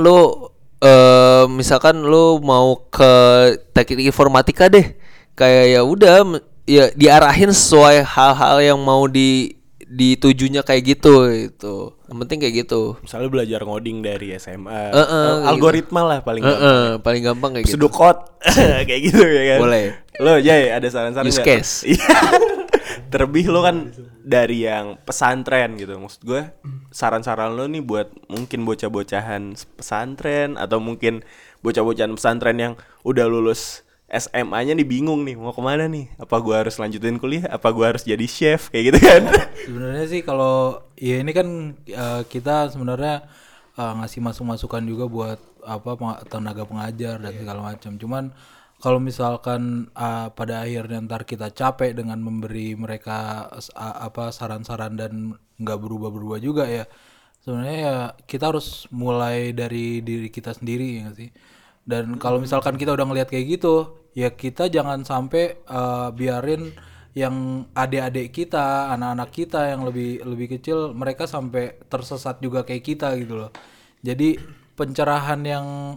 lu mau ke teknik informatika deh, kayak ya udah ya diarahin sesuai hal-hal yang mau ditujunya kayak gitu itu. Yang penting kayak gitu. Misalnya belajar ngoding dari SMA, algoritma gitu lah paling gampang. Paling gampang kayak gitu. Pseudocode kayak gitu ya kan. Boleh. Lo Jay ada saran-saran use gak? case. Terlebih lo kan dari yang pesantren gitu. Maksud gue saran-saran lo nih buat mungkin bocah-bocahan pesantren atau mungkin bocah-bocahan pesantren yang udah lulus SMA-nya nih bingung nih mau kemana nih, apa gue harus lanjutin kuliah, apa gue harus jadi chef kayak gitu kan. Sebenarnya sih kalau ya ini kan kita sebenarnya ngasih masukan juga buat tenaga pengajar dan segala macam. Cuman kalau misalkan pada akhirnya ntar kita capek dengan memberi mereka saran-saran dan nggak berubah-berubah juga ya, sebenarnya ya kita harus mulai dari diri kita sendiri ya nggak sih. Dan kalau misalkan kita udah ngelihat kayak gitu, ya kita jangan sampai biarin yang adik-adik kita, anak-anak kita yang lebih kecil, mereka sampai tersesat juga kayak kita gitu loh. Jadi pencerahan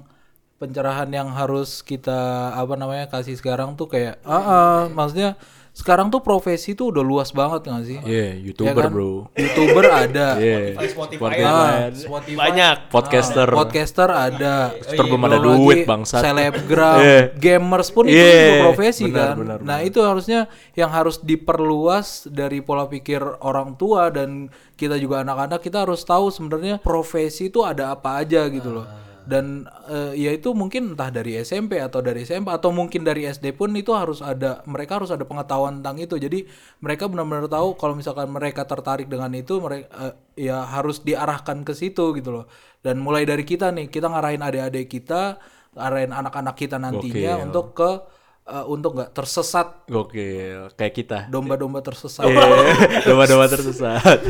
yang harus kita kasih sekarang tuh kayak maksudnya sekarang tuh profesi tuh udah luas banget nggak sih? Iya, Ya YouTuber kan? bro. YouTuber ada. Spotify Spotify banyak. podcaster ada. Podcaster belum ada Belum duit, lagi bangsat. selebgram, gamers pun itu juga profesi kan. Nah itu harusnya yang harus diperluas dari pola pikir orang tua, dan kita juga anak-anak, kita harus tahu sebenarnya profesi itu ada apa aja gitu loh. Dan ya itu mungkin entah dari SMP atau dari SMA atau mungkin dari SD pun itu mereka harus ada pengetahuan tentang itu. Jadi mereka benar-benar tahu kalau misalkan mereka tertarik dengan itu, mereka ya harus diarahkan ke situ gitu loh. Dan mulai dari kita nih, kita ngarahin adik-adik kita, ngarahin anak-anak kita nantinya untuk nggak tersesat. Gokil, kayak kita. Domba-domba tersesat. Domba-domba tersesat.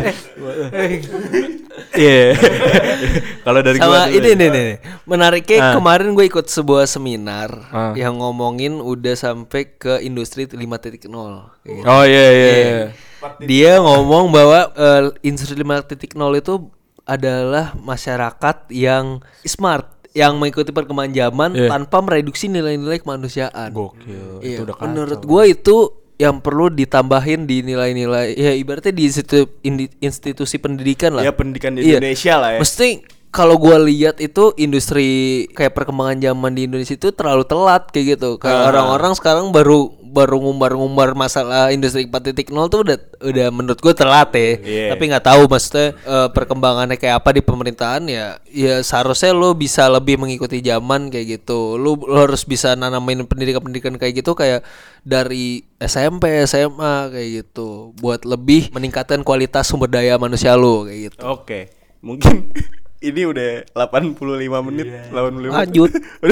Iya. Kalau dari Sama gua dulu ini ya. nih. Menariknya kemarin gue ikut sebuah seminar yang ngomongin udah sampai ke industri 5.0. Gitu. Oh iya. Dia ngomong bahwa industri 5.0 itu adalah masyarakat yang smart, yang mengikuti perkembangan zaman tanpa mereduksi nilai-nilai kemanusiaan. Gokil. Iya, Itu udah kacau. menurut gue itu yang perlu ditambahin di nilai-nilai, ya ibaratnya di institusi pendidikan lah. Ya pendidikan di Indonesia lah ya. Mesti kalau gue lihat itu industri kayak perkembangan zaman di Indonesia itu terlalu telat kayak gitu. Kayak orang-orang sekarang baru ngumbar-ngumbar masalah industri 4.0 tuh udah menurut gue telat ya. Tapi nggak tahu maksudnya perkembangannya kayak apa di pemerintahan, ya seharusnya lo bisa lebih mengikuti zaman kayak gitu. Lo harus bisa nanamin pendidikan kayak gitu kayak dari SMP, SMA kayak gitu, buat lebih meningkatkan kualitas sumber daya manusia lo kayak gitu. Oke. Mungkin ini udah 85 menit, 85 Lanjut.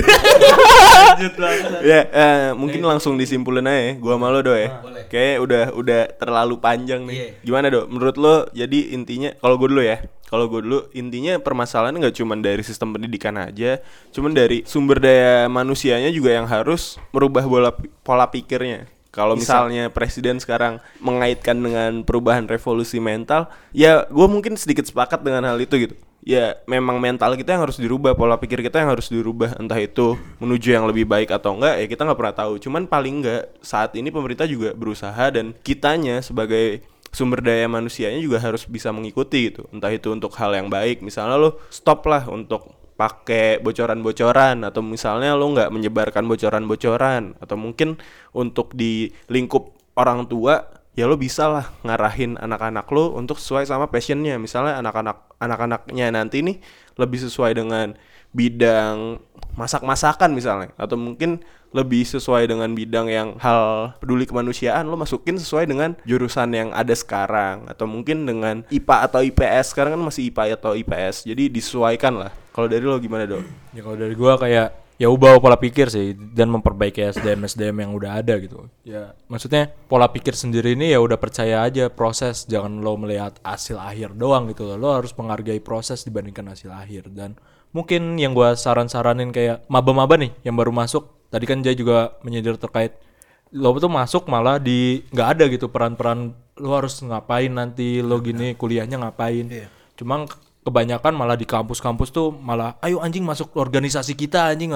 Ya, mungkin langsung disimpulin aja. Gua sama lo Do ya. Kayak udah terlalu panjang nih. Gimana Do? Menurut lo jadi intinya, kalau gue dulu intinya permasalahannya nggak cuma dari sistem pendidikan aja, cuman dari sumber daya manusianya juga yang harus merubah pola pikirnya. Kalau misalnya presiden sekarang mengaitkan dengan perubahan revolusi mental, ya gue mungkin sedikit sepakat dengan hal itu gitu. Ya memang mental kita yang harus dirubah, pola pikir kita yang harus dirubah, entah itu menuju yang lebih baik atau enggak, ya kita nggak pernah tahu. Cuman paling enggak saat ini pemerintah juga berusaha, dan kitanya sebagai sumber daya manusianya juga harus bisa mengikuti gitu. Entah itu untuk hal yang baik, misalnya lo stop lah untuk pakai bocoran-bocoran, atau misalnya lo nggak menyebarkan bocoran-bocoran, atau mungkin untuk di lingkup orang tua ya lo bisa lah ngarahin anak-anak lo untuk sesuai sama passionnya. Misalnya anak-anaknya nanti nih lebih sesuai dengan bidang masak-masakan misalnya, atau mungkin lebih sesuai dengan bidang yang hal peduli kemanusiaan, lo masukin sesuai dengan jurusan yang ada sekarang, atau mungkin dengan IPA atau IPS. Sekarang kan masih IPA atau IPS, jadi disesuaikan lah. Kalau dari lo gimana Do? Ya kalau dari gua kayak ya ubah pola pikir sih, dan memperbaiki SDM yang udah ada gitu. Ya maksudnya pola pikir sendiri ini ya udah percaya aja proses, jangan lo melihat hasil akhir doang gitu loh. Lo harus menghargai proses dibandingkan hasil akhir. Dan mungkin yang gua saran-saranin kayak maba-maba nih yang baru masuk, tadi kan Jay juga menyindir terkait lo tuh masuk malah nggak ada gitu peran-peran lo harus ngapain nanti, lo gini kuliahnya ngapain. Cuma kebanyakan malah di kampus-kampus tuh malah ayo anjing masuk organisasi kita, anjing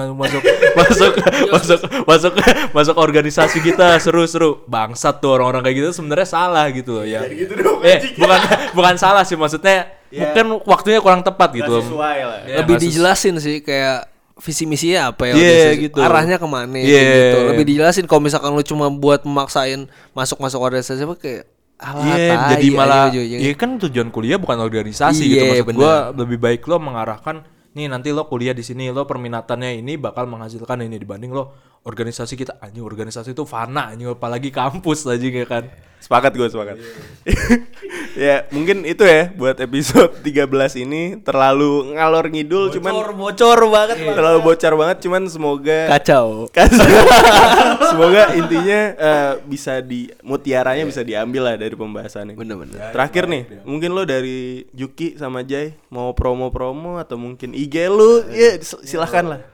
masuk organisasi kita, seru-seru. Bangsat tuh orang-orang kayak gitu sebenarnya salah gitu loh ya. Gitu dong, bukan salah sih, maksudnya mungkin waktunya kurang tepat gitu. Sesuai lah. Lebih dijelasin sih kayak visi misinya apa ya, gitu. arahnya kemana gitu. Lebih dijelasin. Kalau misalkan lu cuma buat memaksain masuk organisasi apa kayak jadi malah ya kan tujuan kuliah bukan organisasi gitu. Maksud gua lebih baik lo mengarahkan nih nanti lo kuliah di sini, lo perminatannya ini bakal menghasilkan ini, dibanding lo organisasi kita anjing, organisasi itu fana anjing, apalagi kampus anjing ya kan. Sepakat. Ya mungkin itu ya buat episode 13 ini, terlalu ngalor ngidul, bocor banget. Terlalu bocor banget, cuman semoga kacau. Semoga intinya bisa mutiaranya bisa diambil lah dari pembahasan ini. Bener-bener. Terakhir nih, mungkin lo dari Juki sama Jay mau promo-promo atau mungkin IG lu, ya silahkan lah.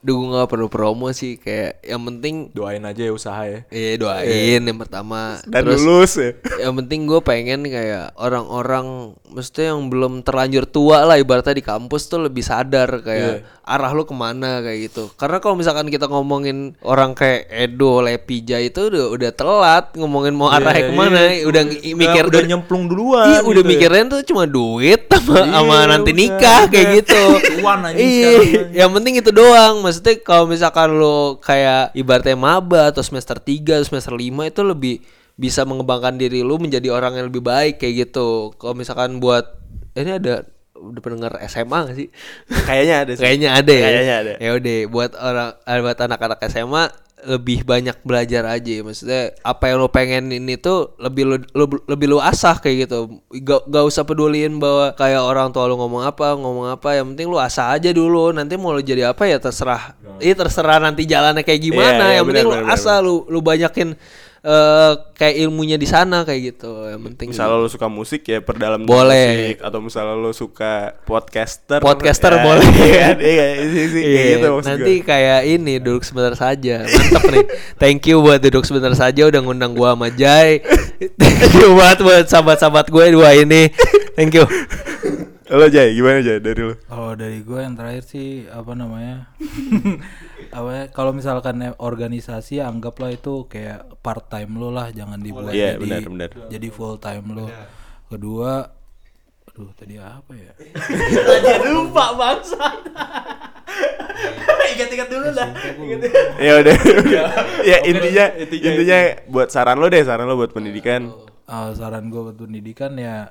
Duh, gue gak perlu promo sih, kayak yang penting Doain aja ya usaha ya. iya doain yang pertama. Dan Terus lulus ya. yang penting gue pengen kayak orang-orang maksudnya yang belum terlanjur tua lah ibaratnya di kampus tuh lebih sadar kayak arah lu kemana kayak gitu. Karena kalau misalkan kita ngomongin orang kayak Edo, Lepija itu udah telat ngomongin mau arahnya kemana, udah mikir udah nyemplung duluan. Iya, udah mikirin tuh cuma duit sama nanti nikah kayak gitu. Cuan aja Iya, yang penting itu doang. Maksudnya kalau misalkan lo kayak ibaratnya maba atau semester 3 atau semester 5 itu lebih bisa mengembangkan diri lu menjadi orang yang lebih baik kayak gitu. Kalau misalkan buat ini ada udah pendengar SMA gak sih? Kayaknya ada sih. Kayaknya ada ya. Kayaknya ada. Ya udah buat buat anak-anak SMA lebih banyak belajar aja. Maksudnya apa yang lo pengen ini tuh lebih lu asah kayak gitu. Gak usah peduliin bahwa kayak orang tua lu ngomong apa. Yang penting lu asah aja dulu. Nanti mau lo jadi apa ya terserah. Iya terserah nanti jalannya kayak gimana. Iya, Yang penting benar, lu asah lu banyakin kayak ilmunya di sana kayak gitu. Yang penting Misalnya lo suka musik ya perdalam boleh. musik, atau misalnya lo suka podcaster Podcaster ya, boleh. Iya kayak gitu maksud nanti gue. kayak ini duduk sebentar saja. Mantap nih. Thank you buat duduk sebentar saja udah ngundang gua sama Jai. Thank you buat sahabat-sahabat gue dua ini. Thank you. Lo Jai, gimana Jai dari lo? Oh dari gue yang terakhir sih apa namanya kalau misalkan organisasi anggaplah itu kayak part time lo lah, jangan dibuat Iya, jadi benar. jadi full time lo. Kedua, aduh tadi apa ya? Lupa bangsa. Ingat-ingat dulu dah. Ya udah. Ya intinya buat saran lo buat pendidikan. Saran gue buat pendidikan ya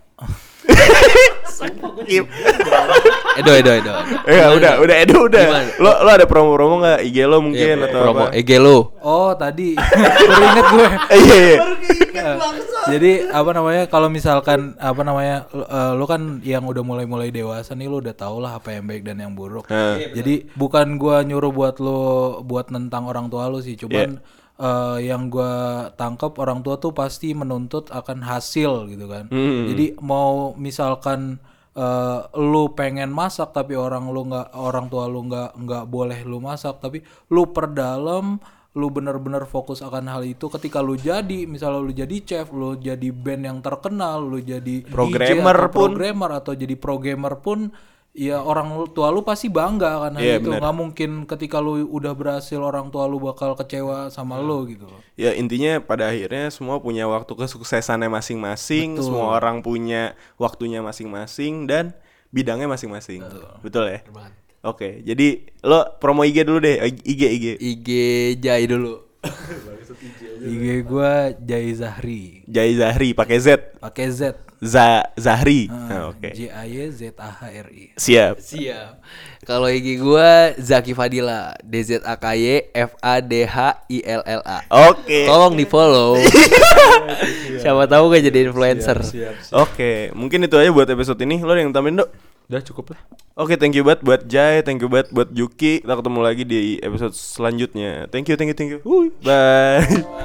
Edo. Udah Edo udah. Gimana? Lo ada promo enggak IG lo mungkin atau promo apa? IG lo. oh tadi baru inget gue. Iya. Jadi apa namanya kalau misalkan apa namanya lu kan yang udah mulai dewasa nih, lu udah tau lah apa yang baik dan yang buruk. Jadi bukan gua nyuruh buat lu buat nentang orang tua lu sih, cuman yang gua tangkap orang tua tuh pasti menuntut akan hasil gitu kan. Jadi mau misalkan lu pengen masak tapi orang tua lu nggak boleh lu masak, tapi lu perdalam, lu bener-bener fokus akan hal itu. Ketika lu jadi misalnya lu jadi chef, lu jadi band yang terkenal, lu jadi programmer atau jadi pro gamer pun ya orang tua lu pasti bangga akan hal itu. Nggak mungkin ketika lu udah berhasil orang tua lu bakal kecewa sama lu gitu loh. Ya intinya pada akhirnya semua punya waktu kesuksesannya masing-masing. Betul. Semua orang punya waktunya masing-masing dan bidangnya masing-masing. Betul ya? Oke, jadi lo promo IG dulu deh. IG Jai dulu. IG gua Jai Zahri. Jai Zahri pakai Z. Pakai Z. Zahri. Oke. JAYZAHRI. Siap. Kalau IG gua Zaki Fadila, DZAKY FADHILLA. Oke. Tolong di follow. Siapa tahu gak jadi influencer. Oke, mungkin itu aja buat episode ini. Lo ada yang tambahin, Dok? Udah cukup lah. Oke, thank you banget buat Jai, thank you banget buat Juki. Kita ketemu lagi di episode selanjutnya. Thank you. Bye.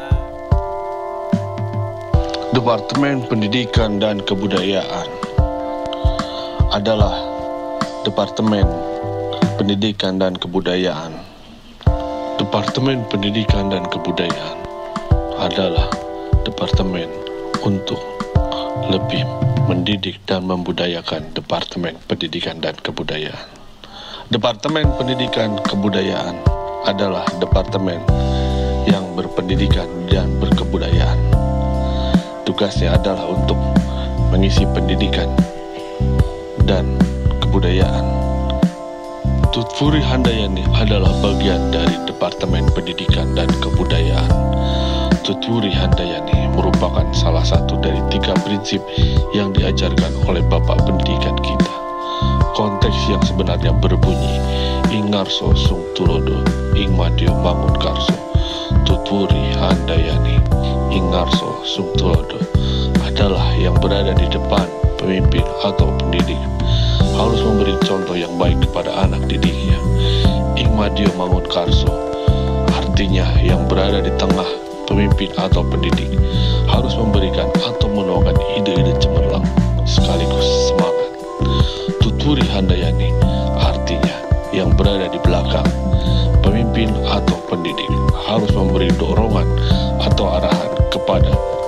Departemen Pendidikan dan Kebudayaan adalah Departemen Pendidikan dan Kebudayaan. Departemen Pendidikan dan Kebudayaan adalah departemen untuk lebih mendidik dan membudayakan Departemen Pendidikan dan Kebudayaan. Departemen Pendidikan Kebudayaan adalah departemen yang berpendidikan dan berkebudayaan. Tugasnya adalah untuk mengisi pendidikan dan kebudayaan. Tutfuri Handayani adalah bagian dari Departemen Pendidikan dan Kebudayaan. Tutfuri Handayani merupakan salah satu dari 3 prinsip yang diajarkan oleh Bapak Pendidikan kita. Konteks yang sebenarnya berbunyi Ingarso Sung Tulodo Ing Madyo Mangun Karso. Tutfuri Handayani Ingarso Sung Tulodo adalah yang berada di depan pemimpin atau pendidik, harus memberi contoh yang baik kepada anak didiknya. Ing Madyo Mangun Karso artinya yang berada di tengah pemimpin atau pendidik, harus memberikan atau menuangkan ide-ide cemerlang sekaligus semangat. Tutfuri Handayani artinya yang berada di belakang pemimpin atau pendidik harus memberi dorongan atau arahan kepada